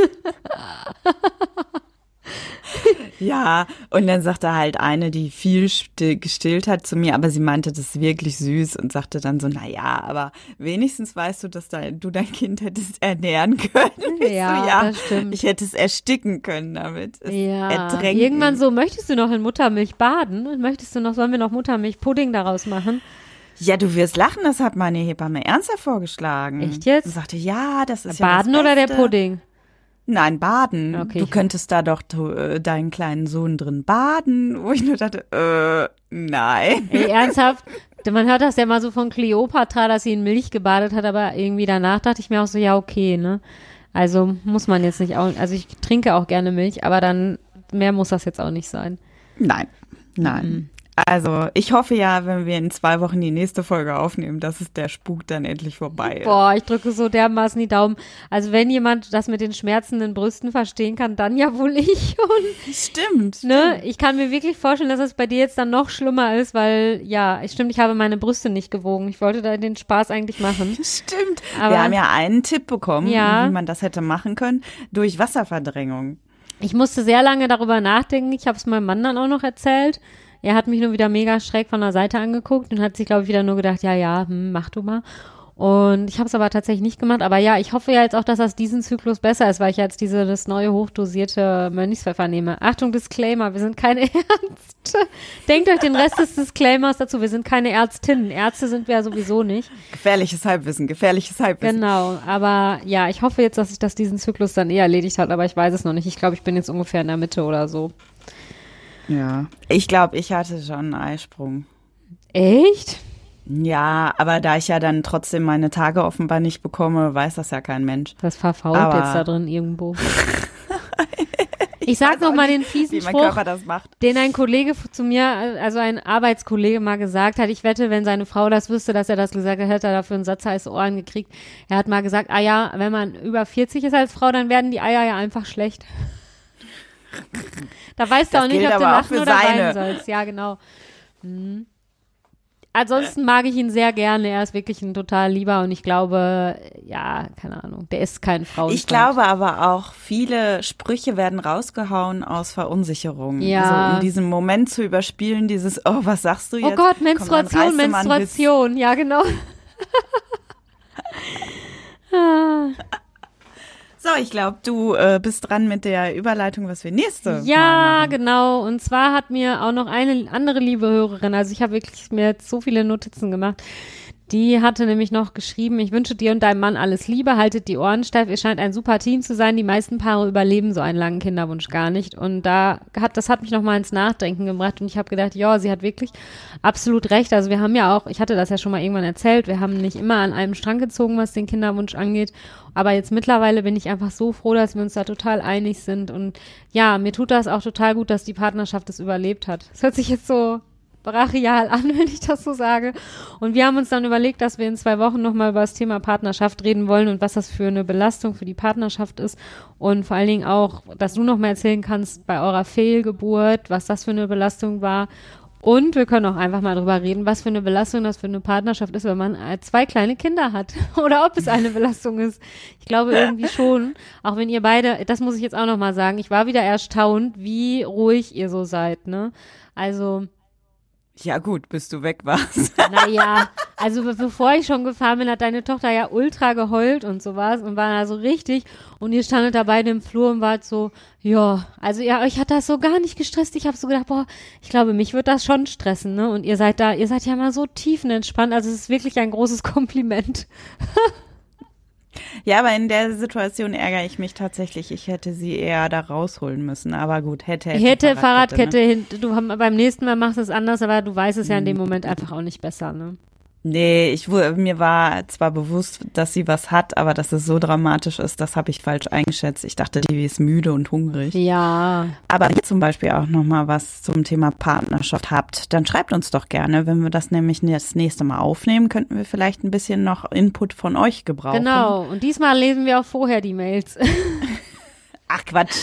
C: Ja, und dann sagte halt eine, die viel still, gestillt hat zu mir, aber sie meinte, das ist wirklich süß und sagte dann so, na ja, aber wenigstens weißt du, dass dein, du dein Kind hättest ernähren können. Ich
A: Ja,
C: so, ja,
A: das stimmt.
C: ich hätte es ersticken können damit. Es
A: Ja,
C: ertränken.
A: irgendwann so, möchtest du noch in Muttermilch baden? Möchtest du noch, sollen wir noch Muttermilch-Pudding daraus machen?
C: Ja, du wirst lachen, das hat meine Hebamme ernsthaft vorgeschlagen.
A: Echt jetzt?
C: Und sagte, ja, das ist ja
A: Baden
C: das
A: oder der
C: Beste.
A: Pudding?
C: Nein, baden.
A: Okay,
C: du
A: ich-
C: könntest da doch tu, äh, deinen kleinen Sohn drin baden, wo ich nur dachte, äh, nein.
A: Ey, ernsthaft? Man hört das ja mal so von Kleopatra, dass sie in Milch gebadet hat, aber irgendwie danach dachte ich mir auch so, ja, okay, ne? Also muss man jetzt nicht auch, also ich trinke auch gerne Milch, aber dann mehr muss das jetzt auch nicht sein.
C: Nein, nein.
A: Mhm.
C: Also ich hoffe ja, wenn wir in zwei Wochen die nächste Folge aufnehmen, dass es der Spuk dann endlich vorbei ist.
A: Boah, ich drücke so dermaßen die Daumen. Also wenn jemand das mit den schmerzenden Brüsten verstehen kann, dann ja wohl ich. Und,
C: Stimmt.
A: ne, ich kann mir wirklich vorstellen, dass es bei dir jetzt dann noch schlimmer ist, weil, ja, stimmt, ich habe meine Brüste nicht gewogen. Ich wollte da den Spaß eigentlich machen.
C: Stimmt.
A: Aber-
C: wir haben ja einen Tipp bekommen,
A: Ja.
C: wie man das hätte machen können, durch Wasserverdrängung.
A: Ich musste sehr lange darüber nachdenken. Ich habe es meinem Mann dann auch noch erzählt. Er hat mich nur wieder mega schräg von der Seite angeguckt und hat sich, glaube ich, wieder nur gedacht, ja, ja, hm, mach du mal. Und ich habe es aber tatsächlich nicht gemacht. Aber ja, ich hoffe ja jetzt auch, dass das diesen Zyklus besser ist, weil ich jetzt diese das neue hochdosierte Mönchspfeffer nehme. Achtung, Disclaimer, wir sind keine Ärzte. Denkt euch den Rest des Disclaimers dazu. Wir sind keine Ärztinnen. Ärzte sind wir ja sowieso nicht.
C: Gefährliches Halbwissen, gefährliches Halbwissen.
A: Genau, aber ja, ich hoffe jetzt, dass sich das diesen Zyklus dann eh erledigt hat, aber ich weiß es noch nicht. Ich glaube, ich bin jetzt ungefähr in der Mitte oder so.
C: Ja. Ich glaube, ich hatte schon einen Eisprung.
A: Echt?
C: Ja, aber da ich ja dann trotzdem meine Tage offenbar nicht bekomme, weiß das ja kein Mensch.
A: Das verfault
C: Aber-
A: jetzt da drin irgendwo. Ich sag
C: weiß
A: noch
C: auch
A: mal
C: nicht,
A: den fiesen
C: wie mein
A: Spruch,
C: Körper das macht.
A: den ein Kollege zu mir, also ein Arbeitskollege mal gesagt hat. Ich wette, wenn seine Frau das wüsste, dass er das gesagt hat, hätte er dafür einen Satz heiße Ohren gekriegt. Er hat mal gesagt, ah ja, wenn man über vierzig ist als Frau, dann werden die Eier ja einfach schlecht. Da weißt du
C: Das
A: auch nicht,
C: gilt
A: ob du
C: aber auch
A: lachen
C: für
A: oder
C: seine.
A: weinen sollst. Ja, genau. Mhm. Ansonsten mag ich ihn sehr gerne. Er ist wirklich ein total lieber und ich glaube, ja, keine Ahnung, der ist kein Frauenfreund.
C: Ich glaube aber auch, viele Sprüche werden rausgehauen aus Verunsicherung.
A: Ja.
C: Also in diesem Moment zu überspielen, dieses, oh, was sagst du jetzt?
A: Oh Gott,
C: Komm, dann
A: Menstruation,
C: reißt du mal einen Witz.
A: Menstruation, ja genau. Ah.
C: So, ich glaube, du äh, bist dran mit der Überleitung, was wir nächste Mal
A: Ja,
C: machen.
A: genau. Und zwar hat mir auch noch eine andere liebe Hörerin, also ich habe wirklich mir jetzt so viele Notizen gemacht, die hatte nämlich noch geschrieben, ich wünsche dir und deinem Mann alles Liebe, haltet die Ohren steif, ihr scheint ein super Team zu sein, die meisten Paare überleben so einen langen Kinderwunsch gar nicht und da hat, das hat mich nochmal ins Nachdenken gebracht und ich habe gedacht, ja, sie hat wirklich absolut recht, also wir haben ja auch, ich hatte das ja schon mal irgendwann erzählt, wir haben nicht immer an einem Strang gezogen, was den Kinderwunsch angeht, aber jetzt mittlerweile bin ich einfach so froh, dass wir uns da total einig sind und ja, mir tut das auch total gut, dass die Partnerschaft es überlebt hat. Das hört sich jetzt so brachial an, wenn ich das so sage. Und wir haben uns dann überlegt, dass wir in zwei Wochen nochmal über das Thema Partnerschaft reden wollen und was das für eine Belastung für die Partnerschaft ist und vor allen Dingen auch, dass du nochmal erzählen kannst bei eurer Fehlgeburt, was das für eine Belastung war. Und wir können auch einfach mal drüber reden, was für eine Belastung das für eine Partnerschaft ist, wenn man äh, zwei kleine Kinder hat. Oder ob es eine Belastung ist. Ich glaube irgendwie schon. Auch wenn ihr beide, das muss ich jetzt auch nochmal sagen, ich war wieder erstaunt, wie ruhig ihr so seid, ne? Also,
C: Ja gut, bis du weg warst.
A: Naja, also be- bevor ich schon gefahren bin, hat deine Tochter ja ultra geheult und sowas und war da so richtig und ihr standet da beide im Flur und wart so, ja, also ja, euch hat das so gar nicht gestresst. Ich habe so gedacht, boah, ich glaube, mich wird das schon stressen, ne? Und ihr seid da, ihr seid ja mal so tiefenentspannt, also es ist wirklich ein großes Kompliment.
C: Ja, aber in der Situation ärgere ich mich tatsächlich. Ich hätte sie eher da rausholen müssen. Aber gut, hätte, hätte.
A: Hätte Fahrradkette,
C: ne?
A: hin, du beim nächsten Mal machst du es anders, aber du weißt es ja in dem Moment einfach auch nicht besser, ne?
C: Nee, ich, mir war zwar bewusst, dass sie was hat, aber dass es so dramatisch ist, das habe ich falsch eingeschätzt. Ich dachte, die ist müde und hungrig.
A: Ja.
C: Aber wenn ihr zum Beispiel auch nochmal was zum Thema Partnerschaft habt, dann schreibt uns doch gerne. Wenn wir das nämlich das nächste Mal aufnehmen, könnten wir vielleicht ein bisschen noch Input von euch gebrauchen.
A: Genau, und diesmal lesen wir auch vorher die Mails.
C: Ach Quatsch.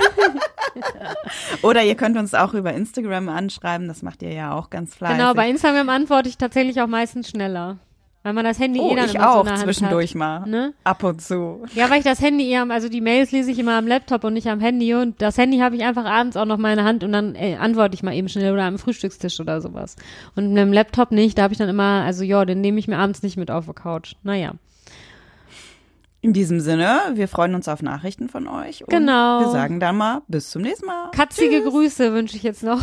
C: Oder ihr könnt uns auch über Instagram anschreiben, das macht ihr ja auch ganz fleißig.
A: Genau, bei Instagram antworte ich tatsächlich auch meistens schneller. Weil man das Handy
C: oh,
A: eh dann
C: ich
A: immer
C: auch
A: so in der Hand
C: zwischendurch
A: hat,
C: mal,
A: ne?
C: Ab und zu.
A: Ja, weil ich das Handy eher, also die Mails lese ich immer am Laptop und nicht am Handy und das Handy habe ich einfach abends auch noch mal in der Hand und dann äh, antworte ich mal eben schnell oder am Frühstückstisch oder sowas. Und mit dem Laptop nicht, da habe ich dann immer, also ja, den nehme ich mir abends nicht mit auf der Couch. Naja.
C: In diesem Sinne, wir freuen uns auf Nachrichten von euch. Und
A: genau.
C: wir sagen dann mal bis zum nächsten Mal.
A: Katzige Tschüss. Grüße wünsche ich jetzt noch.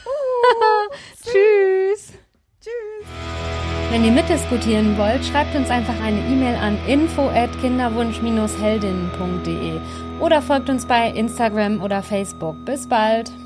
A: Tschüss.
C: Tschüss.
A: Wenn ihr mitdiskutieren wollt, schreibt uns einfach eine E-Mail an info at kinderwunsch Bindestrich heldinnen punkt de oder folgt uns bei Instagram oder Facebook. Bis bald.